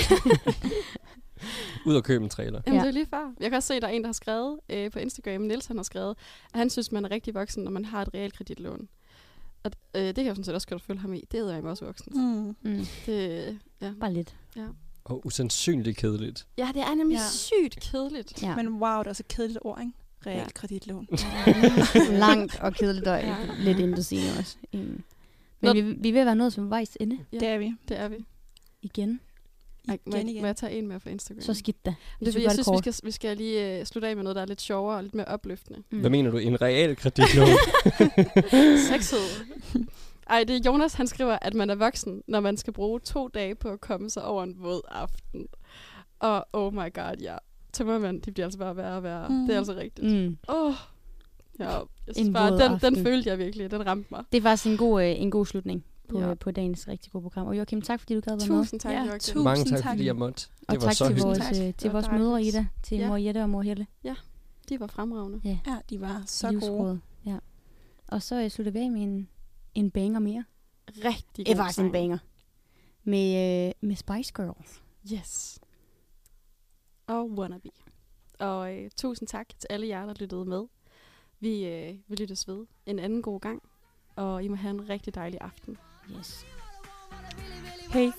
Ud og købe en trailer. Jamen, Ja. det er lige før. Jeg kan også se, at der er en, der har skrevet øh, på Instagram, Niels han har skrevet, at han synes, man er rigtig voksen, når man har et realkreditlån. Og øh, det kan jeg sådan set også godt følge ham i. Det er jeg også voksen. Mm. Mm. Det, ja. Bare lidt. Og usandsynligt kedeligt. ja, det er nemlig Ja. ja. sygt kedeligt. Ja. Men wow, det er også et kedeligt ord, ikke? Realkreditlån. Langt og kedeligt og Ja. lidt intetsigende også. Mm. Nå- Men vi, vi er ved at være nået som vejs ende Ja. Det er vi. Det er vi. igen. Ej, må, Igen, jeg, igen. må jeg tage en mere fra Instagram? Så skidt da. det er, fordi, jeg synes, vi skal, vi skal lige uh, slutte af med noget, der er lidt sjovere og lidt mere opløftende. Mm. Hvad mener du? En realkreditlån? Sexhed. Ej, det er Jonas, han skriver, at man er voksen, når man skal bruge to dage på at komme sig over en våd aften. Og oh my god, ja. Tømmermænd, de bliver altså bare værre og værre. Mm. Mm. Det er altså rigtigt. Mm. Åh. Oh. Ja, jeg synes En bare, våd den, aften. den følte jeg virkelig. Den ramte mig. Det er faktisk en god, øh, en god slutning på, Ja. ja. på dagens rigtig gode program. Og Joachim, tak fordi du gad være med. Tusind tak, Ja, Joachim. tusind Mange tak, tak. fordi jeg måtte. Det Og var tak så til hyggeligt. vores, Tak. øh, til Det vores var mødre dejligt. Ida, til Ja. mor Jette og mor Helle. De var fremragende. Ja, Ja, de var så gode. livsråd. Ja. Og så øh, slutter vi af med en, en banger mere. Rigtig Det god var faktisk en sang. banger. Med, øh, med Spice Girls. Yes. Og Wannabe. Og øh, tusind tak til alle jer, der lyttede med. Vi, øh, vi lyttes ved en anden god gang. Og I må have en rigtig dejlig aften. Yes. Hey.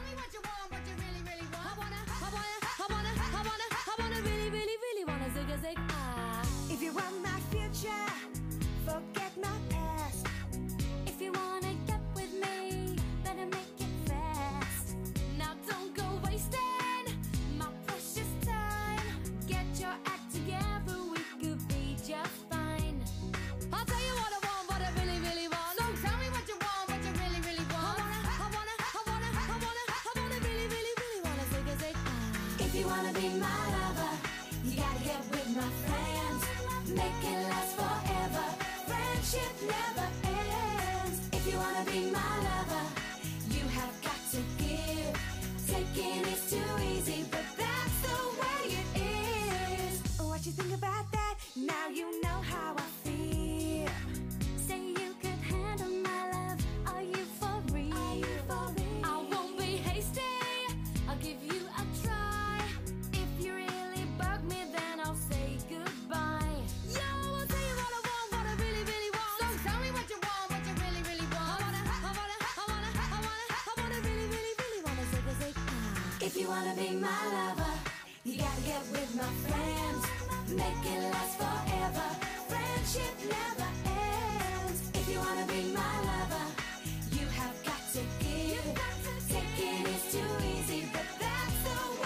If you want my future, forget my past. If you wanna get with me, better make it fast. Now don't go wasting my precious time. Get your act together, we could be just fine. I'll tell you what I want, what I really, really want. So tell me what you want, what you really, really want. I wanna, I wanna, I wanna, I wanna, I wanna really, really, really wanna zig a zig. If you wanna be my lover, you gotta get with my friends. Make it last forever. Friendship never ends. If you wanna be my lover, you have got to give. Taking is too easy, but that's the way it is. What you think about that? Now you know how I feel. Say you could handle my love. Are you for real? Are you for real? I won't be hasty. I'll give you a try. If you really bug me, then I'll say goodbye. Yo, I'll tell you what I want, what I really, really want. So tell me what you want, what you really, really want. I wanna, I wanna, I wanna, I wanna, I wanna really, really, really wanna zig a zig. If you wanna be my lover, you gotta get with my friends. Make it last forever. Friendship never ends. If you wanna be my lover, you have got to give. Taking is too easy, but that's the way.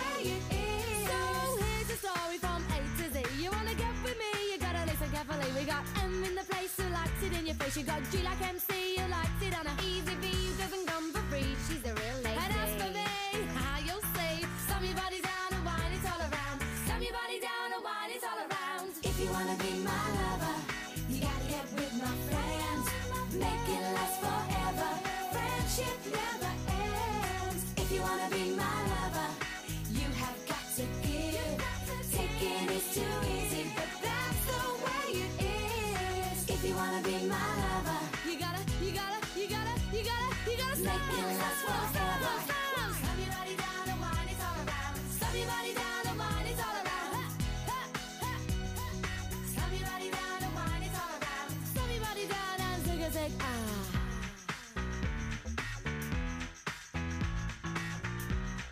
You got M in the place who likes it in your face. You got G like M C who likes it on a easy V who doesn't come for free. She's a real lady. And as for me, how you'll say, slam your body down and wine it all around. Slam your body down and wine it all around. If you wanna be my lover, you gotta get with my friends. Make it last forever. Friendship never ends. If you wanna be my lover, you have got to give. Taking is too easy, but that's the way it is. If you wanna be my lover, you gotta, you gotta, you gotta, you gotta, you gotta make it last forever. Slam your body down and wine it all around. Slam your body down and wine it all around. Slam your body down and wine it all around. Slam your body down and take a take ah.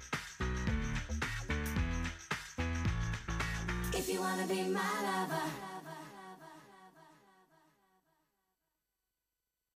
If you wanna be my lover.